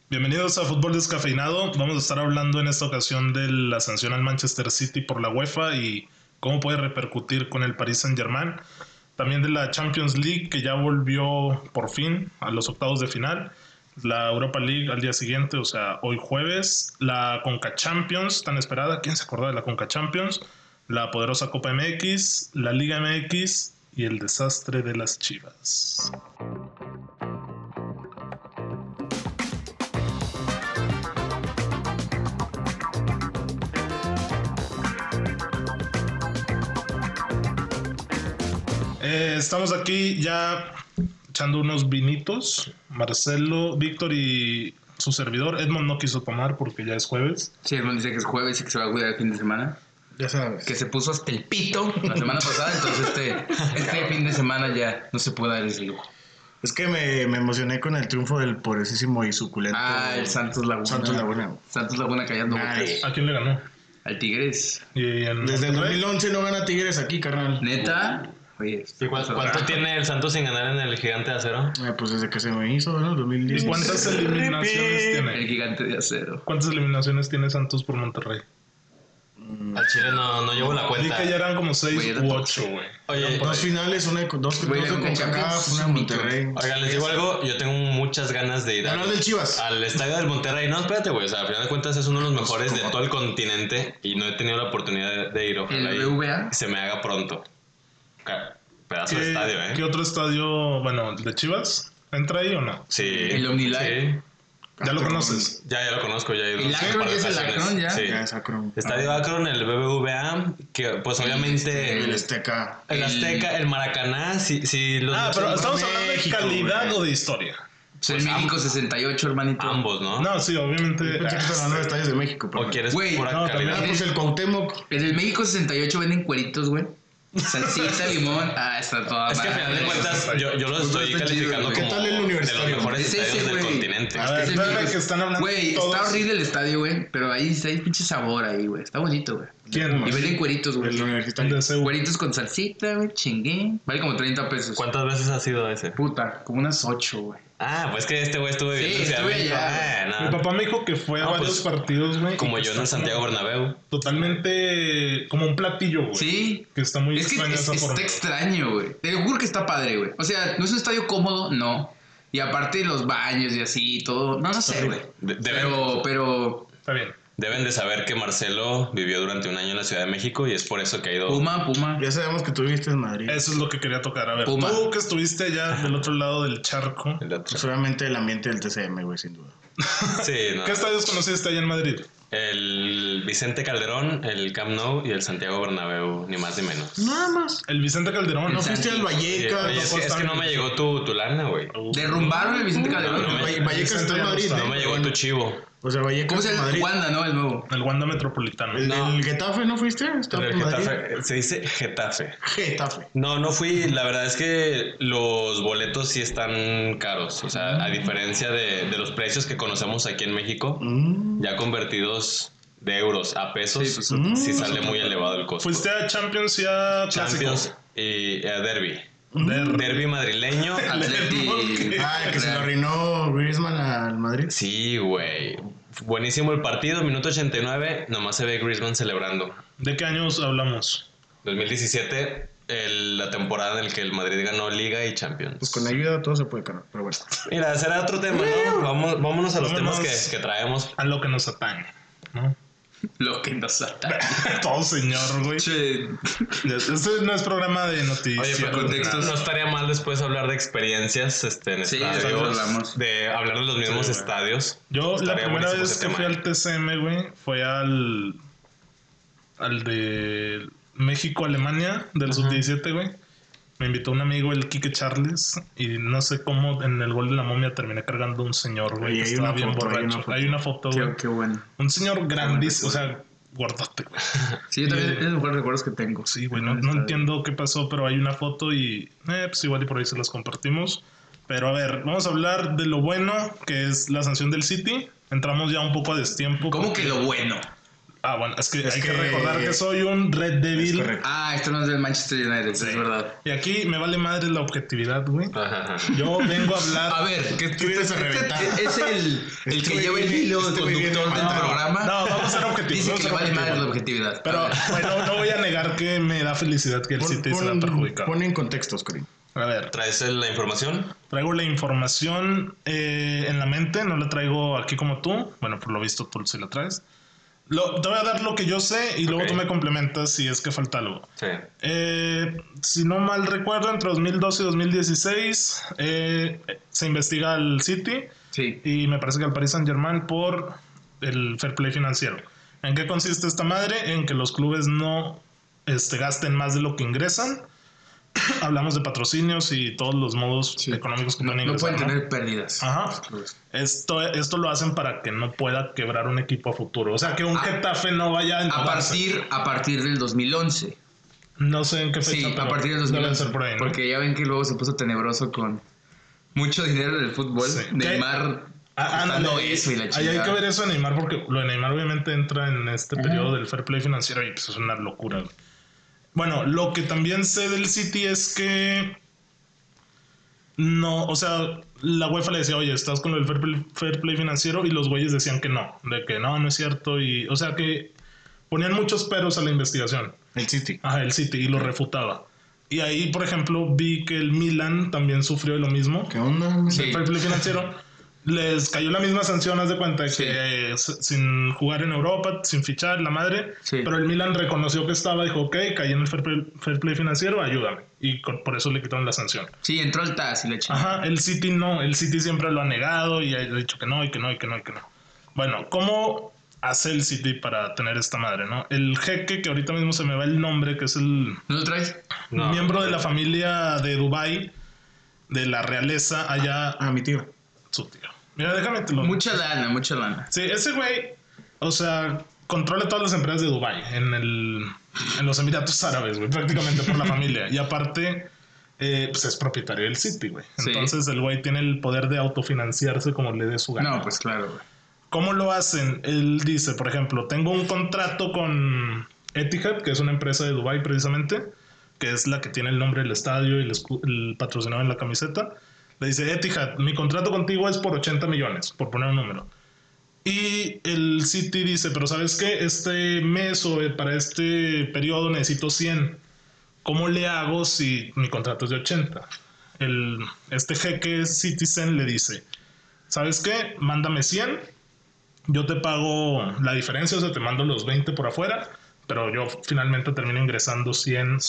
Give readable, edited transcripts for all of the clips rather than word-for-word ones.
Bienvenidos a Fútbol Descafeinado. Vamos a estar hablando en esta ocasión de la sanción al Manchester City por la UEFA y cómo puede repercutir con el Paris Saint-Germain. También de la Champions League, que ya volvió por fin a los octavos de final. La Europa League al día siguiente, o sea, hoy jueves. La Conca Champions, tan esperada. ¿Quién se acordó de la Conca Champions? La poderosa Copa MX, la Liga MX y el desastre de las Chivas. Estamos aquí ya echando unos vinitos. Marcelo, Víctor y su servidor. Edmond no quiso tomar porque ya es jueves. Sí, Edmond dice que es jueves y que se va a cuidar el fin de semana. Ya sabes. Que se puso hasta el pito la semana pasada, entonces este fin de semana ya no se puede dar ese lujo. Es que me emocioné con el triunfo del poderosísimo y suculento. El Santos Laguna. Santos Laguna callando bocas. ¿A quién le ganó? Al Tigres. Desde el 2011 no gana Tigres aquí, carnal. ¿Neta? Oye, ¿Cuánto tiene el Santos sin ganar en el Gigante de Acero? Pues desde que se me hizo, ¿no? 2010. ¿Y cuántas eliminaciones tiene? El Gigante de Acero. ¿Cuántas eliminaciones tiene Santos por Monterrey? Al Chile no llevo la cuenta. Dije que ya eran como 6 u 8, güey. Oye, dos finales, una de CONCACAF, una de Monterrey. Oigan, les digo algo, yo tengo muchas ganas de ir del Chivas. Al estadio del Monterrey. No, espérate, güey, o sea, al final de cuentas es uno de los mejores de todo el continente y no he tenido la oportunidad de ir. Ojalá ¿El BVA? se me haga pronto. Pedazo de estadio, ¿Qué otro estadio, bueno, el de Chivas? ¿Entra ahí o no? Sí. ¿El OmniLife? Sí. ¿Ya lo conoces? Ya lo conozco, ya he ido. ¿El Akron es el Akron ya? Sí. Ya es Akron. Estadio Akron, el BBVA, que pues obviamente... El Azteca. El Azteca, el Maracaná, sí los... pero estamos hablando de México, calidad güey. o de historia. El México 68, hermanito. Ambos, ¿no? No, sí, obviamente. Pensé que estaban hablando de estadios de México. ¿O quieres Güey, pura no, calidad? también, Pues el Cuauhtémoc. En el México 68 venden cueritos, güey. Salsita, limón. Está toda Es que al final de cuentas yo lo estoy está calificando chido, ¿qué como tal el de los universitario? mejores Es ese, estadios del güey. continente. A ver, Es el espérame México. que están hablando Güey, todos. está horrible el estadio, güey. Pero ahí hay pinche sabor ahí, güey. Está bonito, güey. ¿Quién? Y venden cueritos, güey. El El universitario. de CU. Cueritos con salsita, güey. Chingue. Vale como 30 pesos. ¿Cuántas veces has ido a ese? Puta, como unas 8, güey. Pues que este güey estuvo viviendo Sí, en Ciudad de estuve México. allá. Mi papá me dijo que fue a No, varios pues, partidos, güey. Como y que yo en el está Santiago como Bernabéu. Totalmente como un platillo, güey. Sí. Que está muy Es que extraña esa forma. está extraño, güey. Te juro que está padre, güey. O sea, no es un estadio cómodo, no. Y aparte los baños y así, todo. No sé, güey. Pero... Está bien. Deben de saber que Marcelo vivió durante un año en la Ciudad de México y es por eso que ha ido... Puma. Ya sabemos que tú viviste en Madrid. Eso es lo que quería tocar. A ver, Puma. tú que estuviste allá del otro lado del charco. El otro. Pues obviamente el ambiente del TCM, güey, sin duda. Sí, no. ¿Qué estadios conociste allá en Madrid? El Vicente Calderón, el Camp Nou y el Santiago Bernabéu, ni más ni menos. Nada más. El Vicente Calderón. No fuiste al Vallecas. Oye, es que no me llegó tu lana, güey. Derrumbaron el Vicente Calderón. no, Vallecas está en Madrid. No me llegó tu chivo. O sea, Vallecas ¿Cómo se en llama? Madrid. Wanda, ¿no? El nuevo. El Wanda Metropolitano. El No. del Getafe, ¿no fuiste? Está En el en Madrid. Getafe, se dice Getafe. Getafe. No fui. La verdad es que los boletos sí están caros. O sea, a diferencia de los precios que conocemos aquí en México, ya convertidos de euros a pesos, sí sale muy elevado el costo. ¿Fuiste a Champions y a Champions y a Derby. Derby. Derby madrileño. Atleti. Que se lo arruinó Griezmann al Madrid. Sí, güey. Buenísimo el partido, minuto 89. Nomás se ve Griezmann celebrando. ¿De qué años hablamos? 2017, la temporada en la que el Madrid ganó Liga y Champions. Pues con ayuda todo se puede cargar, pero bueno. Mira, será otro tema, ¿no? Vámonos a los Vámonos. temas que traemos. A lo que nos atañe, ¿no? Lo que nos ataca. Todo señor, güey. Che, Este no es programa de noticias. Oye, pero contextos. no estaría mal después hablar de experiencias en Sí, estadios, eso hablamos. de hablar de los mismos Sí, güey. estadios. Yo la Estaría primera buenísimo vez ese que tema, fui al TCM, güey, fue al de México-Alemania del sub-17, güey. Me invitó un amigo, el Quique Charles, y no sé cómo en el gol de la momia terminé cargando un señor, güey, Oye, que hay estaba una bien foto, hay borracho. una foto. Hay una foto, güey. qué bueno. Un señor grandísimo, o sea, gordote, güey. Sí, yo también es de los mejores recuerdos que tengo. Sí, güey, no entiendo qué pasó, pero hay una foto y pues igual y por ahí se las compartimos. Pero a ver, vamos a hablar de lo bueno, que es la sanción del City. Entramos ya un poco a destiempo. ¿Cómo porque- que lo bueno? Bueno, es que hay que recordar que soy un Red Devil. Esto no es del Manchester United, sí. Es verdad. Y aquí me vale madre la objetividad, güey. Yo vengo a hablar... A ver, ¿qué vienes a reventar? ¿Es el que lleva el hilo conductor del programa? No, vamos a ser objetivos. Dice que le vale madre la objetividad. Pero, bueno, no voy a negar que me da felicidad que el City se da perjudicado. Pon en contextos, Corín. A ver. ¿Traes la información? Traigo la información en la mente, no la traigo aquí como tú. Bueno, por lo visto tú sí la traes. Te voy a dar lo que yo sé y luego tú me complementas si es que falta algo. Sí. Si no mal recuerdo, entre 2012 y 2016 se investiga al City. Sí. Y me parece que al Paris Saint-Germain por el fair play financiero. ¿En qué consiste esta madre? En que los clubes no gasten más de lo que ingresan. Hablamos de patrocinios y todos los modos económicos que pueden ingresar. No pueden tener pérdidas. Ajá. Esto lo hacen para que no pueda quebrar un equipo a futuro. O sea, que un Getafe no vaya a partir del 2011. No sé en qué fecha. Sí, a partir del 2011. Por ahí, ¿no? Porque ya ven que luego se puso tenebroso con mucho dinero del fútbol. Sí. Neymar... eso y la chingada. Ahí hay que ver eso de Neymar, porque lo de Neymar obviamente entra en este periodo del fair play financiero y pues es una locura. Bueno, lo que también sé del City es que no, o sea, la UEFA le decía, oye, estás con el fair play financiero, y los güeyes decían que no, de que no es cierto, y o sea que ponían muchos peros a la investigación. El City. Ajá, el City, y lo refutaba. Y ahí, por ejemplo, vi que el Milan también sufrió de lo mismo. ¿Qué onda? El fair play financiero. Les cayó la misma sanción, haz de cuenta, que sin jugar en Europa, sin fichar, la madre. Sí. Pero el Milan reconoció que estaba, dijo, ok, caí en el fair play financiero, ayúdame. Y por eso le quitaron la sanción. Sí, entró el TAS y le chingó. Ajá, el City no. El City siempre lo ha negado y ha dicho que no, y que no. Bueno, ¿cómo hace el City para tener esta madre, no? El jeque, que ahorita mismo se me va el nombre, que es el... ¿No lo traes? Miembro de la familia de Dubái, de la realeza, allá... mi tío. Su tío. Mira, déjame te lo... Mucha lana. Sí, ese güey, o sea, controla todas las empresas de Dubái en los Emiratos Árabes, güey, prácticamente por la familia. Y aparte, pues es propietario del City, güey. Entonces el güey tiene el poder de autofinanciarse como le dé su gana. No, pues claro, güey. ¿Cómo lo hacen? Él dice, por ejemplo, tengo un contrato con Etihad, que es una empresa de Dubái precisamente, que es la que tiene el nombre del estadio y el patrocinado en la camiseta. Le dice, Etihad, mi contrato contigo es por 80 millones, por poner un número. Y el City dice, pero ¿sabes qué? Este mes o para este periodo necesito 100. ¿Cómo le hago si mi contrato es de 80? Este jeque Citizen le dice, ¿sabes qué? Mándame 100, yo te pago la diferencia, o sea, te mando los 20 por afuera, pero yo finalmente termino ingresando 100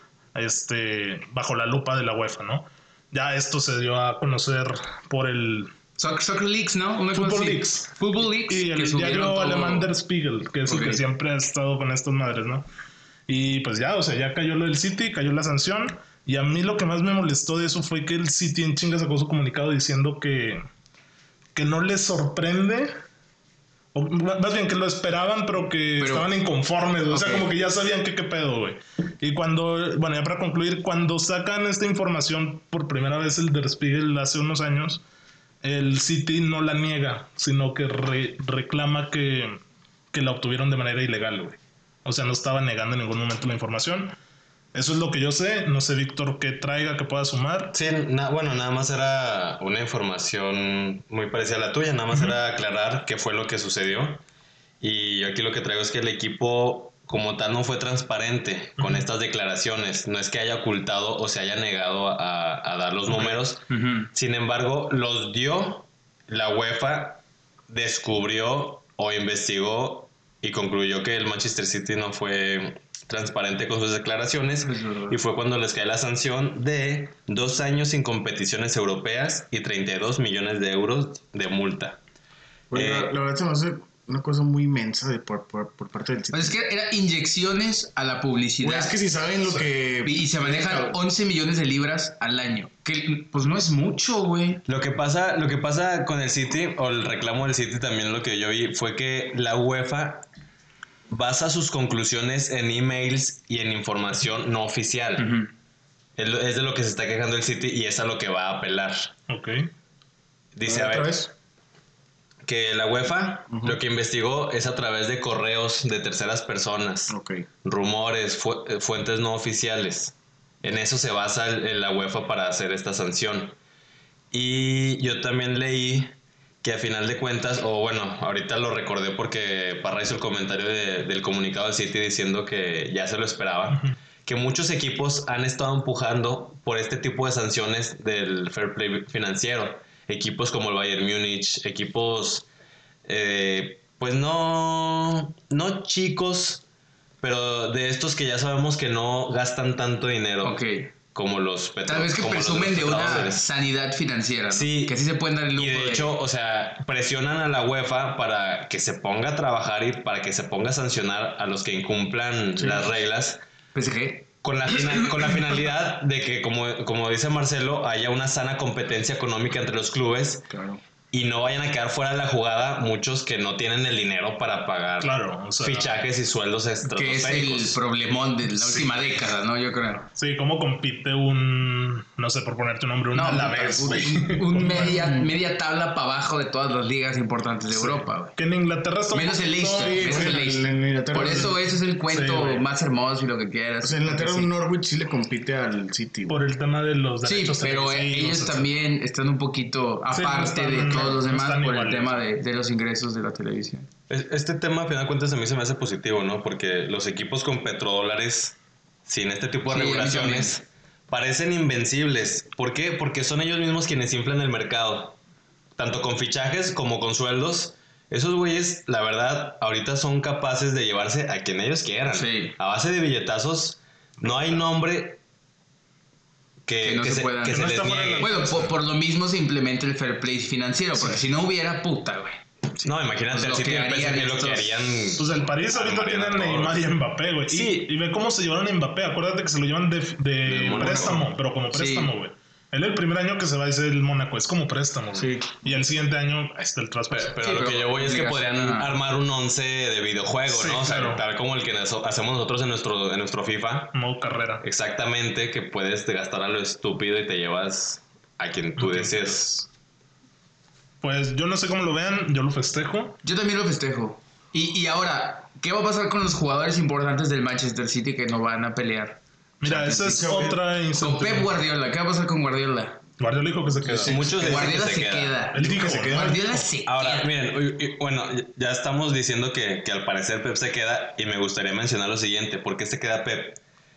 bajo la lupa de la UEFA, ¿no? Ya esto se dio a conocer por el... Soccer Leaks, ¿no? Football Leaks. Y el diario alemán Der Spiegel, que es el que siempre ha estado con estas madres, ¿no? Y pues ya, o sea, ya cayó lo del City, cayó la sanción. Y a mí lo que más me molestó de eso fue que el City en chinga sacó su comunicado diciendo que no les sorprende... O más bien que lo esperaban, pero estaban inconformes, o sea, como que ya sabían qué pedo, güey. Y bueno, ya para concluir, cuando sacan esta información por primera vez el Der Spiegel hace unos años, el City no la niega, sino que reclama que la obtuvieron de manera ilegal, güey. O sea, no estaba negando en ningún momento la información. Eso es lo que yo sé. No sé, Víctor, qué traiga, que pueda sumar. Sí, bueno, nada más era una información muy parecida a la tuya. Nada más era aclarar qué fue lo que sucedió. Y yo aquí lo que traigo es que el equipo como tal no fue transparente con estas declaraciones. No es que haya ocultado o se haya negado a dar los números. Sin embargo, los dio. La UEFA descubrió o investigó y concluyó que el Manchester City no fue transparente con sus declaraciones, y fue cuando les cae la sanción de 2 años sin competiciones europeas y 32 millones de euros de multa. Bueno, la verdad se me hace una cosa muy inmensa por parte del City. Pues es que eran inyecciones a la publicidad. Bueno, es que si saben lo que... Y se manejan 11 millones de libras al año. Que pues no es mucho, güey. Lo que pasa con el City, o el reclamo del City también, lo que yo vi, fue que la UEFA basa sus conclusiones en emails y en información no oficial. Es de lo que se está quejando el City y es a lo que va a apelar. Ok. Dice, a ver... Que la UEFA lo que investigó es a través de correos de terceras personas, rumores, fuentes no oficiales. En eso se basa la UEFA para hacer esta sanción. Y yo también leí que a final de cuentas, o bueno, ahorita lo recordé porque Parra hizo el comentario del comunicado del City diciendo que ya se lo esperaba, que muchos equipos han estado empujando por este tipo de sanciones del fair play financiero. Equipos como el Bayern Múnich, equipos pues no chicos, pero de estos que ya sabemos que no gastan tanto dinero. Como los tal vez que presumen de una sanidad financiera, ¿no? Sí, que sí se pueden dar el lujo. Y de hecho, o sea, presionan a la UEFA para que se ponga a trabajar y para que se ponga a sancionar a los que incumplan las reglas. PSG. Con la finalidad de que, como dice Marcelo, haya una sana competencia económica entre los clubes. Claro. Y no vayan a quedar fuera de la jugada muchos que no tienen el dinero para pagar fichajes y sueldos estratosféricos. Que es el problemón de la última década, ¿no? Yo creo. Sí, ¿cómo compite no sé por ponerte un nombre, Alavés, un media tabla para abajo de todas las ligas importantes de Europa, güey. Que en Inglaterra está menos el Leicester. Por eso ese es el cuento más hermoso y lo que quieras. O sea, en Inglaterra un Norwich sí le compite al City. Por el tema de los derechos. Sí, pero ellos también están un poquito aparte de todos los demás por el tema de los ingresos de la televisión. Este tema, a final de cuentas, a mí se me hace positivo, ¿no? Porque los equipos con petrodólares, sin este tipo de regulaciones, parecen invencibles. ¿Por qué? Porque son ellos mismos quienes inflan el mercado. Tanto con fichajes como con sueldos. Esos güeyes, la verdad, ahorita son capaces de llevarse a quien ellos quieran. Sí. A base de billetazos, no hay nombre que se les niegue. Bueno, por lo mismo se implementa el fair play financiero, porque si no hubiera puta, güey. No, imagínate el City y el PSG lo que harían. Pues el París ahorita tiene a Neymar y Mbappé, güey. Sí. Y ve cómo se llevaron a Mbappé. Acuérdate que se lo llevan de préstamo, pero como préstamo, güey. Él el primer año que se va a ir el Mónaco es como préstamo, güey. Y el siguiente año ahí está el traspaso. Pero lo que yo voy es que podrían armar un 11 de videojuego, ¿no? O sea, tal como el que hacemos nosotros en nuestro FIFA. Modo carrera. Exactamente, que puedes gastar a lo estúpido y te llevas a quien tú desees. Pues yo no sé cómo lo vean, yo lo festejo. Yo también lo festejo. Y ahora, ¿qué va a pasar con los jugadores importantes del Manchester City que no van a pelear? Mira, esa es otra con Pep Guardiola, ¿qué va a pasar con Guardiola? Guardiola dijo que se queda. Sí, muchos Guardiola se queda. Él dijo que se queda. Guardiola se queda. Ahora, miren, bueno, ya estamos diciendo que al parecer Pep se queda y me gustaría mencionar lo siguiente. ¿Por qué se queda Pep?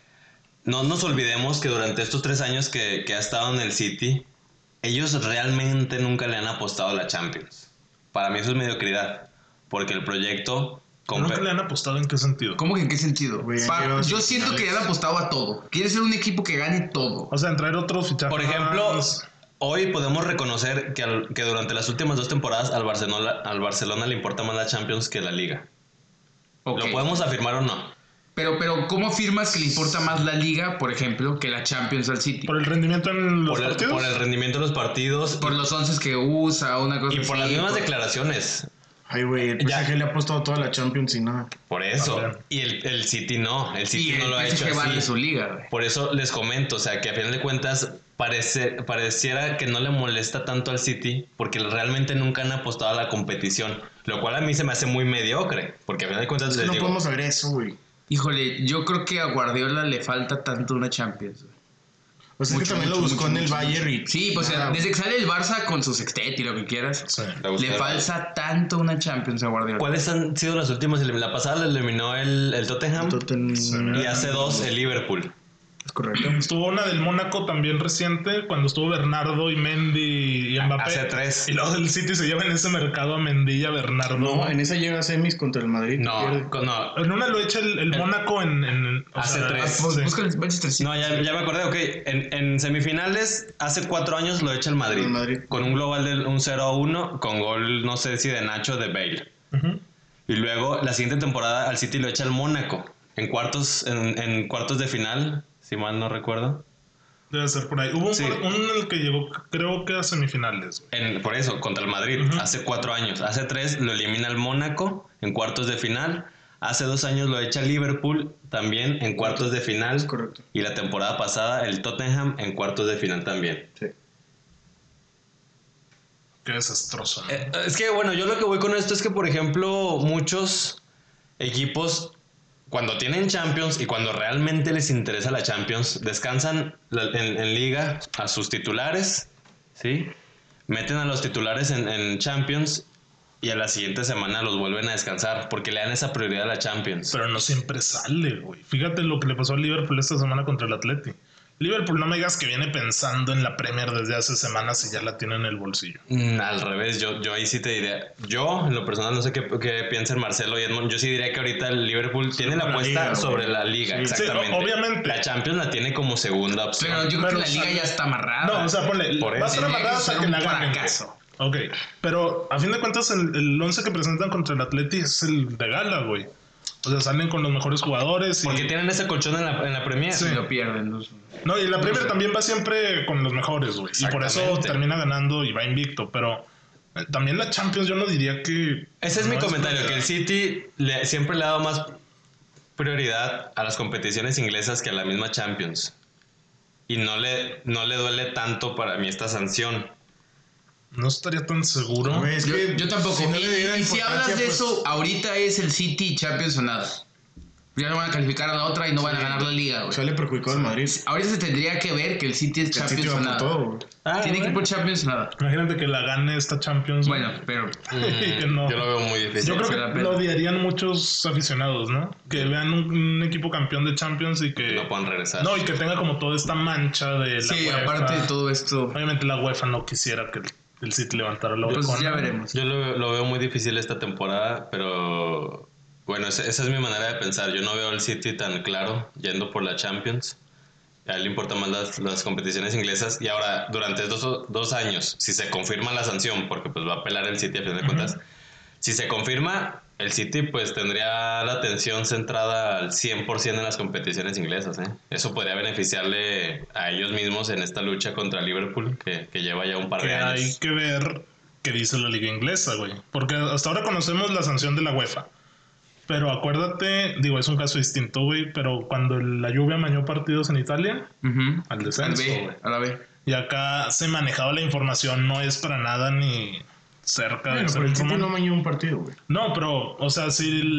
No nos olvidemos que durante estos 3 años que ha estado en el City, ellos realmente nunca le han apostado a la Champions. Para mí eso es mediocridad, porque el proyecto... ¿Nunca le han apostado en qué sentido? ¿Cómo que en qué sentido? Yo siento que le han apostado a todo. Quiere ser un equipo que gane todo. O sea, en traer otros fichajes. Por ejemplo, hoy podemos reconocer que durante las últimas 2 temporadas al Barcelona le importa más la Champions que la Liga. ¿Lo podemos afirmar o no? Pero ¿cómo afirmas que le importa más la Liga, por ejemplo, que la Champions al City? ¿Por el rendimiento en los partidos? Por el rendimiento de los partidos. Por los 11 que usa, una cosa así. Y por las mismas declaraciones. Ay, güey, el PSG le ha apostado toda la Champions y nada. Por eso. Y el City no. El City no lo ha hecho así. De su liga, güey. Por eso les comento, o sea, que a final de cuentas pareciera que no le molesta tanto al City porque realmente nunca han apostado a la competición. Lo cual a mí se me hace muy mediocre. Porque a final de cuentas les no digo... podemos saber eso, güey. Híjole, yo creo que a Guardiola le falta tanto una Champions, güey. O sea, que también lo buscó en el Bayern y... Sí, pues desde que sale el Barça con su sextet y lo que quieras, le falta tanto una Champions a Guardiola. ¿Cuáles han sido las últimas? La pasada le eliminó el Tottenham y hace 2 el Liverpool. Es correcto. Estuvo una del Mónaco también reciente, cuando estuvo Bernardo y Mendy y Mbappé. Hace 3. Y luego el City se lleva en ese mercado a Mendy y a Bernardo. No, en esa llega a semis contra el Madrid. No. En una lo echa el Mónaco hace 3. Busca el Manchester City. No, ya me acordé, ok. En semifinales, hace 4 años lo echa el Madrid. Con un global de un 0-1, con gol, no sé si de Nacho, de Bale. Y luego, la siguiente temporada, al City lo echa el Mónaco. En cuartos de final... Si mal no recuerdo. Debe ser por ahí. Hubo un en el que llegó, creo que a semifinales. Por eso, contra el Madrid, hace 4 años. Hace 3 lo elimina el Mónaco en cuartos de final. Hace 2 años lo echa Liverpool también en cuartos de final. Es correcto. Y la temporada pasada el Tottenham en cuartos de final también. Sí. Qué desastroso, ¿no? Es que, bueno, yo lo que voy con esto es que, por ejemplo, muchos equipos, cuando tienen Champions y cuando realmente les interesa la Champions, descansan en Liga a sus titulares, ¿sí? Meten a los titulares en Champions y a la siguiente semana los vuelven a descansar porque le dan esa prioridad a la Champions. Pero no siempre sale, güey. Fíjate lo que le pasó al Liverpool esta semana contra el Atleti. Liverpool, no me digas que viene pensando en la Premier desde hace semanas y ya la tiene en el bolsillo. Al revés, yo ahí sí te diría. Yo, en lo personal, no sé qué piensen Marcelo y Edmond. Yo sí diría que ahorita el Liverpool tiene la apuesta sobre la Liga, sí, exactamente. Sí, obviamente. La Champions la tiene como segunda opción. Pero yo creo que la Liga ya está amarrada. No, o sea, ponle, va a estar amarrada hasta que la ganen. Ok, pero a fin de cuentas el 11 que presentan contra el Atleti es el de gala, güey. O sea, salen con los mejores jugadores. Porque tienen ese colchón en la Premier. Sí, lo pierden. No, y la Premier también va siempre con los mejores, güey. Y por eso termina ganando y va invicto. Pero también la Champions yo no diría que... Ese es mi comentario, que el City siempre le ha dado más prioridad a las competiciones inglesas que a la misma Champions. Y no le duele tanto para mí esta sanción. No estaría tan seguro. No, yo tampoco. Y si hablas de eso, ahorita es el City Champions o nada. Ya no van a calificar a la otra y no van a ganar la Liga, güey. Se le perjudicó al Madrid. Ahorita se tendría que ver que el City es Champions o nada. Tiene que ir por Champions o nada. Imagínate que la gane esta Champions. Bueno, pero... que no. Yo lo veo muy difícil. Yo creo que lo odiarían muchos aficionados, ¿no? Que vean un equipo campeón de Champions y que... no puedan regresar. No, y que tenga como toda esta mancha de la UEFA. Aparte de todo esto... Obviamente la UEFA no quisiera que el City levantara la Pues ya veremos. Yo lo veo muy difícil esta temporada, pero... Bueno, esa es mi manera de pensar. Yo no veo al City tan claro yendo por la Champions. A él le importan más las competiciones inglesas. Y ahora, durante estos 2 años, si se confirma la sanción, porque pues va a apelar el City a fin de cuentas, si se confirma, el City pues tendría la atención centrada al 100% en las competiciones inglesas. Eso podría beneficiarle a ellos mismos en esta lucha contra Liverpool, que lleva ya un par de años. Hay que ver qué dice la liga inglesa, güey. Porque hasta ahora conocemos la sanción de la UEFA. Pero acuérdate, digo, es un caso distinto, güey, pero cuando la Juve amañó partidos en Italia, al descenso, güey. A la B. Y acá se manejaba la información, no es para nada ni cerca de ser pero el City no amañó un partido, güey. No, pero, o sea,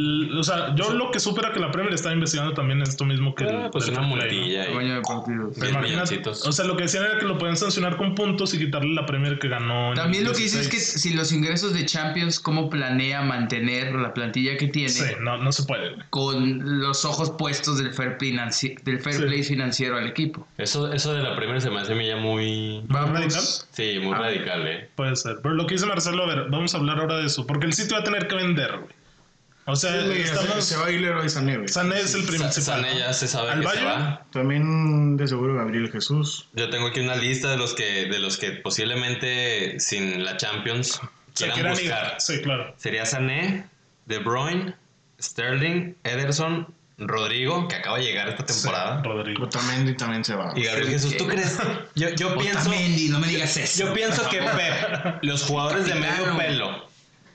yo lo que supe era que la Premier estaba investigando también esto mismo que pues una multilla. Amaño de partidos. Pero imagínate, o sea, lo que decían era que lo podían sancionar con puntos y quitarle la Premier que ganó. También lo que dice es que si los ingresos de Champions, ¿cómo planea mantener la plantilla que tiene? Sí, no se puede. Con los ojos puestos del fair play financiero al equipo. Eso de la Premier se me hace a mí ya muy... ¿Radical? Sí, muy radical, Puede ser. Pero lo que dice Marcelo, a ver, vamos a hablar ahora de eso. Porque el sitio va a tener que vender, güey. O sea, se va a ir Leroy Sané, güey. Sané es el principal. Sané ya se sabe que se va. También de seguro Gabriel Jesús. Yo tengo aquí una lista de los que posiblemente sin la Champions quieran buscar. Sí, claro. Sería Sané, De Bruyne, Sterling, Ederson, Rodrigo, que acaba de llegar esta temporada. Sí, Rodrigo. Otamendi también se va. Y Gabriel Jesús, ¿tú crees? Yo pienso... Otamendi, no me digas eso. Yo pienso que Pep, los jugadores de medio pelo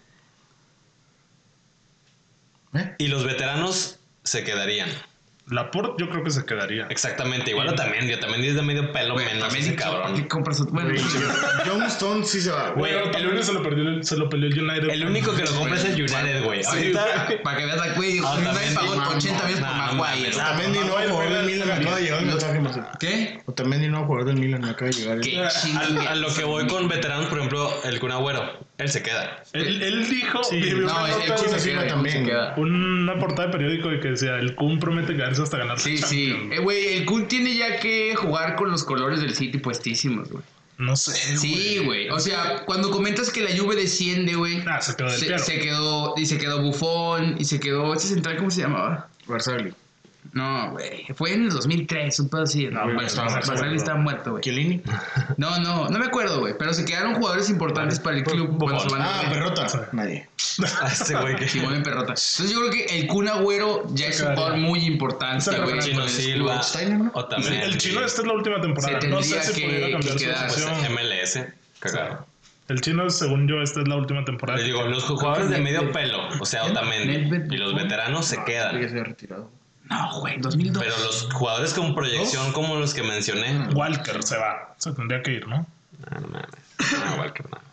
y los veteranos se quedarían. Laporte yo creo que se quedaría. Exactamente, igual Otamendi es de medio pelo menos ese cabrón. ¿Qué compras? Bueno, John Stone sí se va. Güey, el lunes se lo peleó el United. El único que lo compra es el United, güey. Ahorita... Para que veas, güey, United pagó 80 veces por Maguire. Otamendi no, jugador del Milan, me acaba de llegar el mensaje, Marcelo. ¿Qué? Otamendi no, jugador del Milan, me acaba de llegar. A lo que voy con veteranos, por ejemplo, el Kun Agüero. Él se queda. Él dijo... No, el Kun se queda. Una portada de periódico que decía, el Kun promete quedarse hasta ganar. Sí. Güey, el Kun tiene ya que jugar con los colores del City puestísimos, güey. No sé, Sí, güey. O sea, cuando comentas que la Juve desciende, güey. Se quedó del Piero. Se quedó Buffon y se quedó... ¿Ese central cómo se llamaba? Barzagli. No, güey. Fue en el 2003, un pedo así. No, Barzagli estaba muerto, güey. Chiellini. No me acuerdo, güey. Pero se quedaron jugadores importantes para el club cuando se van a... Perrota. Nadie. Este güey que... Simón en Perrota. Entonces yo creo que el Kun Agüero ya es un jugador muy importante, güey. Chino Silva. O también. El Chino esta es la última temporada. No sé si pudiera cambiar su posición. MLS. Cagado. El Chino, según yo, esta es la última temporada. Les digo, los jugadores de medio pelo, o sea, Otamendi, y los veteranos se quedan. Ya se ha retirado. No, güey, 2002. Pero los jugadores con proyección como los que mencioné. Walker se va. Se tendría que ir, ¿no? No mames. No, Walker no, güey.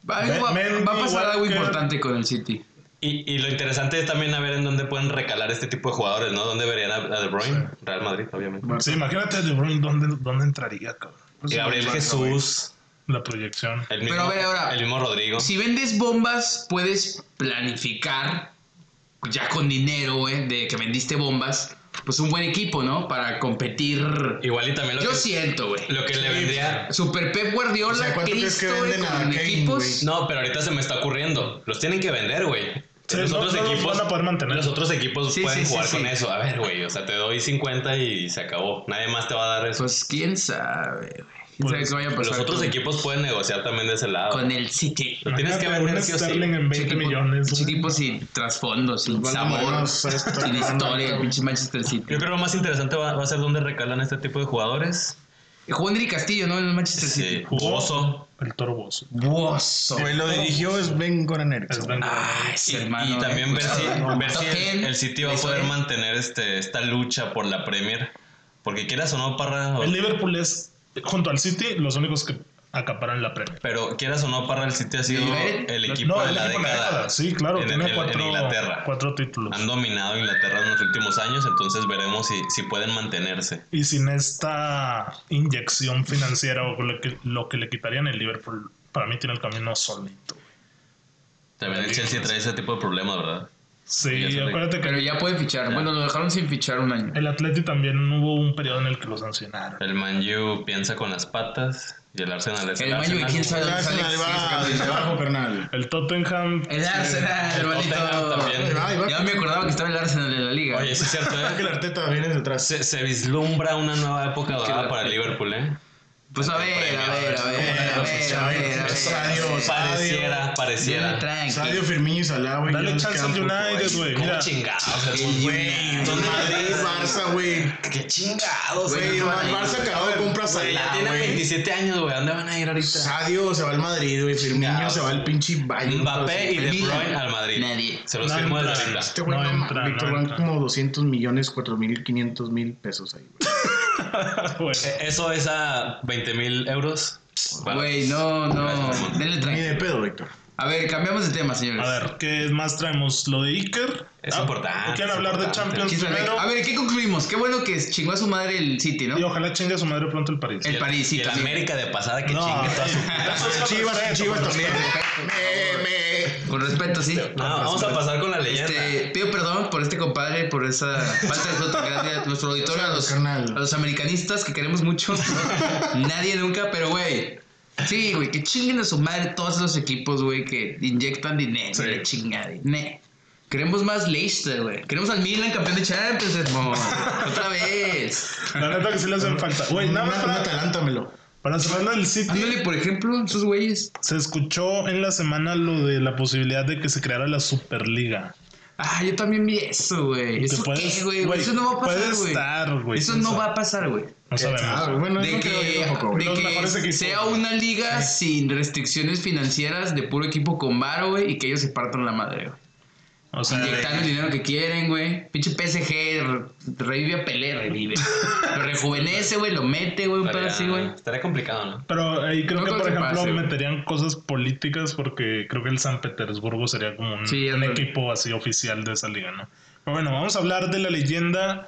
Va a pasar algo importante con el City. Y lo interesante es también a ver en dónde pueden recalar este tipo de jugadores, ¿no? ¿Dónde verían a De Bruyne? Sí. Real Madrid, obviamente. Sí, imagínate a De Bruyne, ¿dónde entraría, cabrón? Y Gabriel Jesús. La proyección. Pero a ver, ahora, el mismo Rodrigo. Si vendes bombas, puedes planificar, ya con dinero, güey, de que vendiste bombas, pues un buen equipo, ¿no? Para competir. Igual y también Yo siento, güey. Lo que le vendría... Super Pep Guardiola, O sea, ¿cuánto crees que venden a Kane, equipos? güey? No, pero ahorita se me está ocurriendo. Los tienen que vender, güey. Sí, los otros equipos van a poder mantener. Los otros equipos Sí, pueden sí, jugar sí, con sí. eso. A ver, güey, o sea, te doy 50 y se acabó. Nadie más te va a dar eso. Pues quién sabe, güey. ¿Quién sabe qué vaya a pasar? Los otros equipos pueden negociar también de ese lado. Con el City. Lo tienes que vender sí o sí. En 20 millones. Equipo sin trasfondo, sin sabor, sin historia, el pinche Manchester City. Yo creo que lo más interesante va a ser dónde recalan este tipo de jugadores. Jugó Henry Castillo, ¿no? En el Manchester Sí, City. Bozo. El Toro Bozo. Bozo. Güey, lo dirigió Sven Goran Eriksson. Ay, hermano. Y también ver si Top el City va a poder mantener esta lucha por la Premier. Porque quieras o no, Parra... El Liverpool es, junto al City, los únicos que acaparan la Premier. Pero quieras o no, Parra, el City ha sido el equipo de la década. Sí, claro, tiene en Inglaterra. 4 títulos. Han dominado Inglaterra en los últimos años, entonces veremos si pueden mantenerse. Y sin esta inyección financiera o lo que le quitarían el Liverpool, para mí tiene el camino solito. También el Chelsea trae ese tipo de problemas, ¿verdad? Sí, acuérdate que Pero ya puede fichar. Ya. Bueno, lo dejaron sin fichar un año. el Atleti también hubo un periodo en el que lo sancionaron. El Man U piensa con las patas y el Arsenal es El Man U, ¿quién sabe El dónde sale? Arsenal va desde abajo, carnal. El Tottenham. El Arsenal, hermanito. Tottenham también. Ya me acordaba que estaba el Arsenal en la liga. Oye, sí es cierto, Que el ¿eh? Arteta viene detrás. Se vislumbra una nueva época dorada para el Liverpool, ¿eh? Pues a ver. Pareciera. Sadio, Firmino y Salah, güey. Dale ya nos chance quedan al poco, United, güey. ¿Cómo Mira, chingados? Güey, ¿Dónde Madrid, Barça, güey. ¿Qué chingados? Güey, el Barça acabó de comprar a Güey, ya Salah, tienen güey. 27 años, güey. ¿A dónde van a ir ahorita? Sadio se va al Madrid, güey. Firmino se va al pinche Bayern. Mbappé y De Milan. Bruyne al Madrid. Nadie. Se los No firmo desde entra. ahorita. Este güey No no entra, Víctor, no van entra. como 200 millones, 4,500,000 pesos ahí, güey. güey. Eso es a 20,000 euros. Güey, no. Denle Ni tranquilo. de pedo, Víctor. A ver, cambiamos de tema, señores. A ver, ¿qué más traemos? Lo de Iker. Es importante. ¿Quieren hablar de Champions ¿Quién sabe? primero? A ver, ¿qué concluimos? Qué bueno que chingó a su madre el City, ¿no? Y ojalá chingue a su madre pronto el París. El París, sí, Y el también. América de pasada que No, chingue toda su... Chivas también. Con respeto, sí. No, vamos a pasar con la leyenda. Pido perdón por este compadre, por esa falta de respeto grande a nuestro auditorio, a los americanistas que queremos mucho. Nadie nunca, pero güey. Sí, güey, que chinguen a su madre todos esos equipos, güey, que inyectan dinero. Sí. La chingada. Queremos más Leicester, güey. Queremos al Milan campeón de Champions, hermano. Otra vez. La neta que sí le hacen falta. Güey, nada más Una Atalántamelo. para cerrar del City. Ándale, por ejemplo, esos güeyes. Se escuchó en la semana lo de la posibilidad de que se creara la Superliga. Ah, yo también vi eso, güey. Que ¿Eso puedes- qué, güey? güey, Eso no va a pasar, puede güey. estar, güey, Eso quién no sabe. va a pasar, güey. No sabemos. Bueno, De no creo que, yo tampoco, güey. Los de mejores que equipos. sea una liga sin restricciones financieras de puro equipo con varo, güey, y que ellos se partan la madre, güey. O sea, Inyectando el dinero que quieren, güey. Pinche PSG revive a Pelé, revive. Lo rejuvenece, güey, lo mete, güey, un pedo así, güey. Estaría complicado, ¿no? pero ahí creo No que, creo por que ejemplo, pase, güey. meterían cosas políticas porque creo que el San Petersburgo sería como un, Sí, un ándale. equipo así oficial de esa liga, ¿no? Pero bueno, vamos a hablar de la leyenda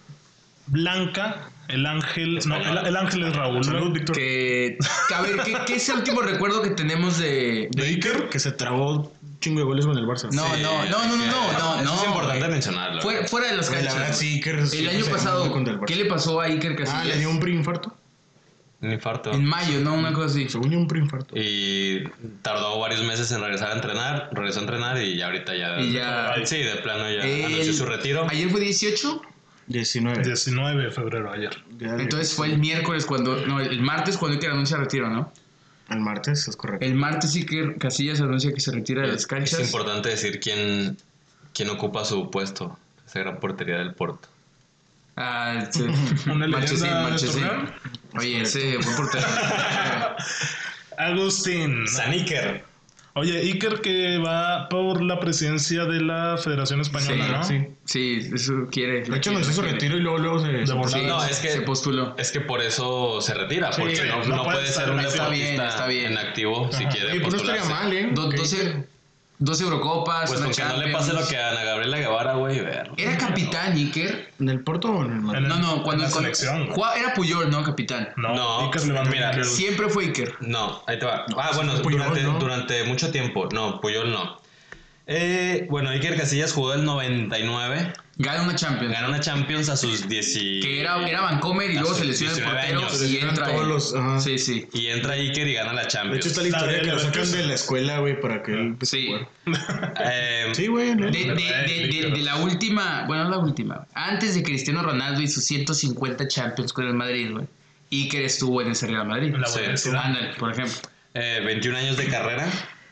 blanca, el ángel. No, el ángel es Raúl. Salud, ¿no? Víctor. Que, a ver, ¿qué es el último recuerdo que tenemos de De Iker, que se trabó un chingo de goles con el Barça. No, Sí, no, eso es importante güey. mencionarlo. Fuera de las Güey, la canchas. verdad, sí, Iker. El año pasado, ¿qué le pasó a Iker Casillas? Le dio un preinfarto. Un infarto. En mayo, ¿no? Una cosa así. Según yo, un preinfarto. Y tardó varios meses en regresar a entrenar. Regresó a entrenar y ya ahorita ya... Y ya- Sí, de plano ya anunció su retiro. Ayer fue 18, 19. 19 de febrero ayer. entonces fue el miércoles cuando... No, el martes cuando Iker anuncia retiro, ¿no? El martes, es correcto. El martes Iker Casillas anuncia que se retira de las Es canchas. importante decir quién ocupa su puesto. Esa gran portería del Porto. Ah, sí. Una leyenda Manchesín, de Manchesín. torneo. Oye, ese fue portero. Agustín. San Iker. Oye, Iker que va por la presidencia de la Federación Española, ¿no? Sí, eso quiere. De hecho, no hizo su retiro y luego se... No, es que se postuló. Es que por eso se retira, porque no puede ser un deportista en activo si quiere pues postularse. No estaría mal, 12 Eurocopas, pues con que no le pase lo que a Ana Gabriela Guevara, güey, ver. ¿Era capitán Iker? ¿En el Porto o en el Madrid? No, cuando la selección. Jugaba, era Puyol, ¿no? Capitán. No, Iker Lewandowski. Siempre fue Iker. No, ahí te va. Bueno, Puyol, durante mucho tiempo. No, Puyol no. Bueno, Iker Casillas jugó el 99. Gana una Champions. Gana una Champions a sus 10 Que era Vancomer y luego se lesiona el portero años. y entra todos los, Sí. Y entra Iker y gana la De Champions. hecho, está la historia que lo sacan de la escuela, güey, para que él... Sí. Sí, güey. ¿No? De la última, bueno, la última. Antes de Cristiano Ronaldo y sus 150 Champions con el Madrid, güey. Iker estuvo en ese Real Madrid. En la Bundesliga. Ándale, por ejemplo. 21 años de carrera.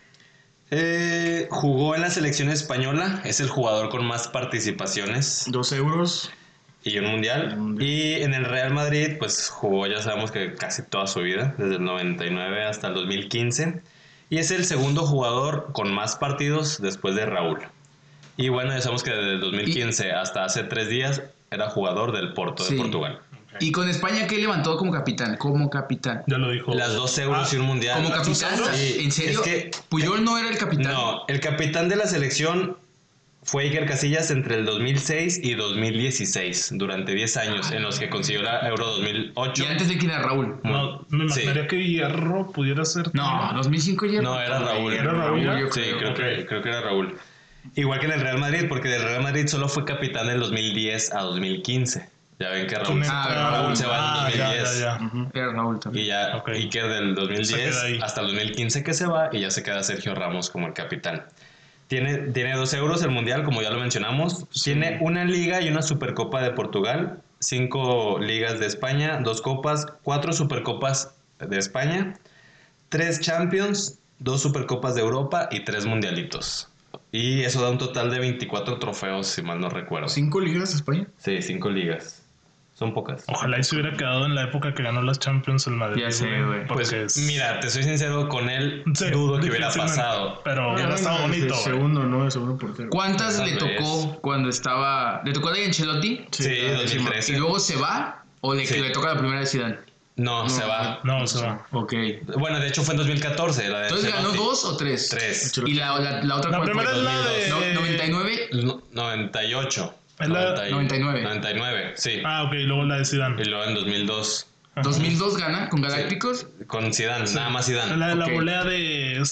Jugó en la selección española. Es el jugador con más participaciones. 2 euros. Y un mundial. Y en el Real Madrid, pues jugó, ya sabemos que casi toda su vida, desde el 99 hasta el 2015. Y es el segundo jugador con más partidos después de Raúl. Y bueno, ya sabemos que desde el 2015 hasta hace 3 días era jugador del Porto de Portugal. ¿Y con España qué levantó como capitán? Ya lo dijo. Las 2 euros y un mundial. ¿Como capitán? Sí. ¿En serio? Es que, ¿Puyol no era el capitán? No, el capitán de la selección fue Iker Casillas entre el 2006 y 2016, durante 10 años, en los que consiguió la Euro 2008. ¿Y antes de quién era Raúl? No, me imaginaría que Hierro pudiera ser. No, 2005 Hierro. No, era Raúl. ¿Era Raúl? Sí, creo que era Raúl. Igual que en el Real Madrid, porque del Real Madrid solo fue capitán del 2010 a 2015. Ya ven que Raúl se va en 2010. Era Raúl también. Y ya Iker del 2010 hasta el 2015 que se va y ya se queda Sergio Ramos como el capitán. Tiene 2 euros el mundial, como ya lo mencionamos. Tiene una liga y una supercopa de Portugal, 5 ligas de España, 2 copas, 4 supercopas de España, 3 Champions, 2 supercopas de Europa y 3 mundialitos. Y eso da un total de 24 trofeos, si mal no recuerdo. ¿5 ligas de España? Sí, 5 ligas. Son pocas. Ojalá y se hubiera quedado en la época que ganó las Champions el Madrid. Ya sé, güey. Pues mira, te soy sincero, con él dudo que hubiera pasado. Pero hubiera estado bonito. El segundo portero. ¿Cuántas le tocó cuando estaba... ¿Le tocó de Ancelotti? Sí, 2013. ¿Y luego se va? ¿O le toca la primera de Zidane? No, se va. No, se va. Ok. Bueno, de hecho fue en 2014. La de Entonces ganó 2 o 3. 3. ¿Y la otra La cuál primera fue? es la de... 99. 98. Es la... 99, sí. Ok, luego la de Zidane. Y luego en 2002. 2002 gana con Galácticos. Con Zidane, nada más Zidane. La volea de... claro.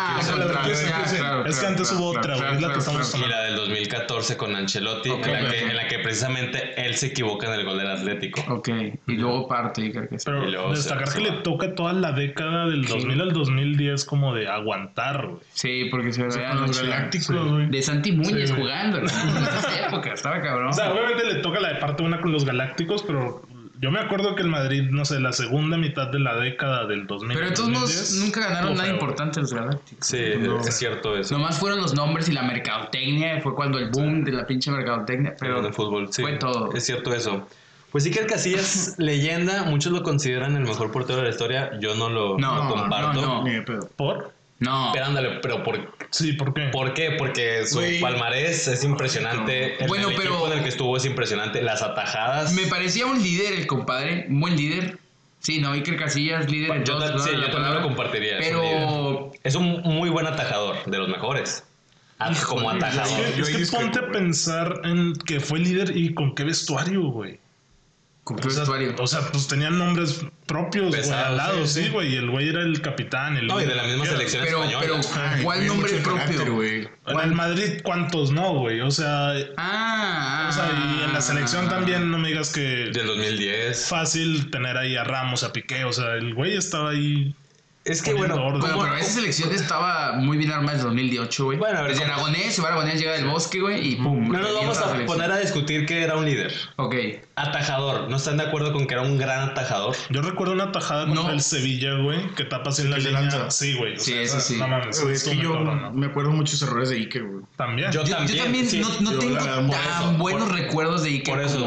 Es que antes hubo otra, güey. Es la que estamos Y la del 2014 con Ancelotti, en la que precisamente él se equivoca en el gol del Atlético. Ok. Y luego parte, creo que sí. Pero destacar que le toca toda la década del 2000 al 2010 como de aguantar, güey. Sí, porque se veían los Galácticos, güey. de Santi Muñez jugando, ¿no? En esa época, estaba cabrón. O sea, obviamente le toca la de parte una con los Galácticos, pero yo me acuerdo que el Madrid, no sé, la segunda mitad de la década del 2000. Pero de todos modos nunca ganaron nada importante los Galácticos. Sí, es cierto eso. Nomás fueron los nombres y la mercadotecnia, fue cuando el boom de la pinche mercadotecnia, pero en el fútbol, sí. Fue todo. Es cierto eso. Pues Iker Casillas, leyenda, muchos lo consideran el mejor portero de la historia, yo no lo comparto. No. Ni de pedo. ¿Por? No. Pero ándale, Sí, ¿por qué? ¿Por qué? Porque su palmarés es impresionante. El equipo en el que estuvo es impresionante. Las atajadas. Me parecía un líder el compadre, un buen líder. Sí, no, Iker Casillas, líder en Yo también lo compartiría. Pero es un muy buen atajador, de los mejores. Como atajador. Es que ponte a pensar en que fue líder y con qué vestuario, güey. ¿Con qué vestuario? O sea, pues tenían nombres propios, güey, al lado, sí, sí. güey. Y el güey era el capitán. No, y de la misma selección española. Pero, ¿cuál nombre propio? Güey. En el Madrid, ¿cuántos no, güey? O sea... O sea, y en la selección también, no me digas que... Del 2010. Fácil tener ahí a Ramos, a Piqué. O sea, el güey estaba ahí... Es que bueno, pero esa selección estaba muy bien armada desde 2018, güey. Bueno, a ver, desde Aragonés llega del Bosque, güey, y pum. No nos vamos a poner a discutir que era un líder. Ok. Atajador. ¿No están de acuerdo con que era un gran atajador? Yo recuerdo una tajada contra el Sevilla, güey, que tapas en la línea. Sí, güey. Sí, eso sí. No mames. Es que yo me acuerdo muchos errores de Iker, güey. También. Yo también sí. no tengo tan buenos recuerdos de Iker. Por eso,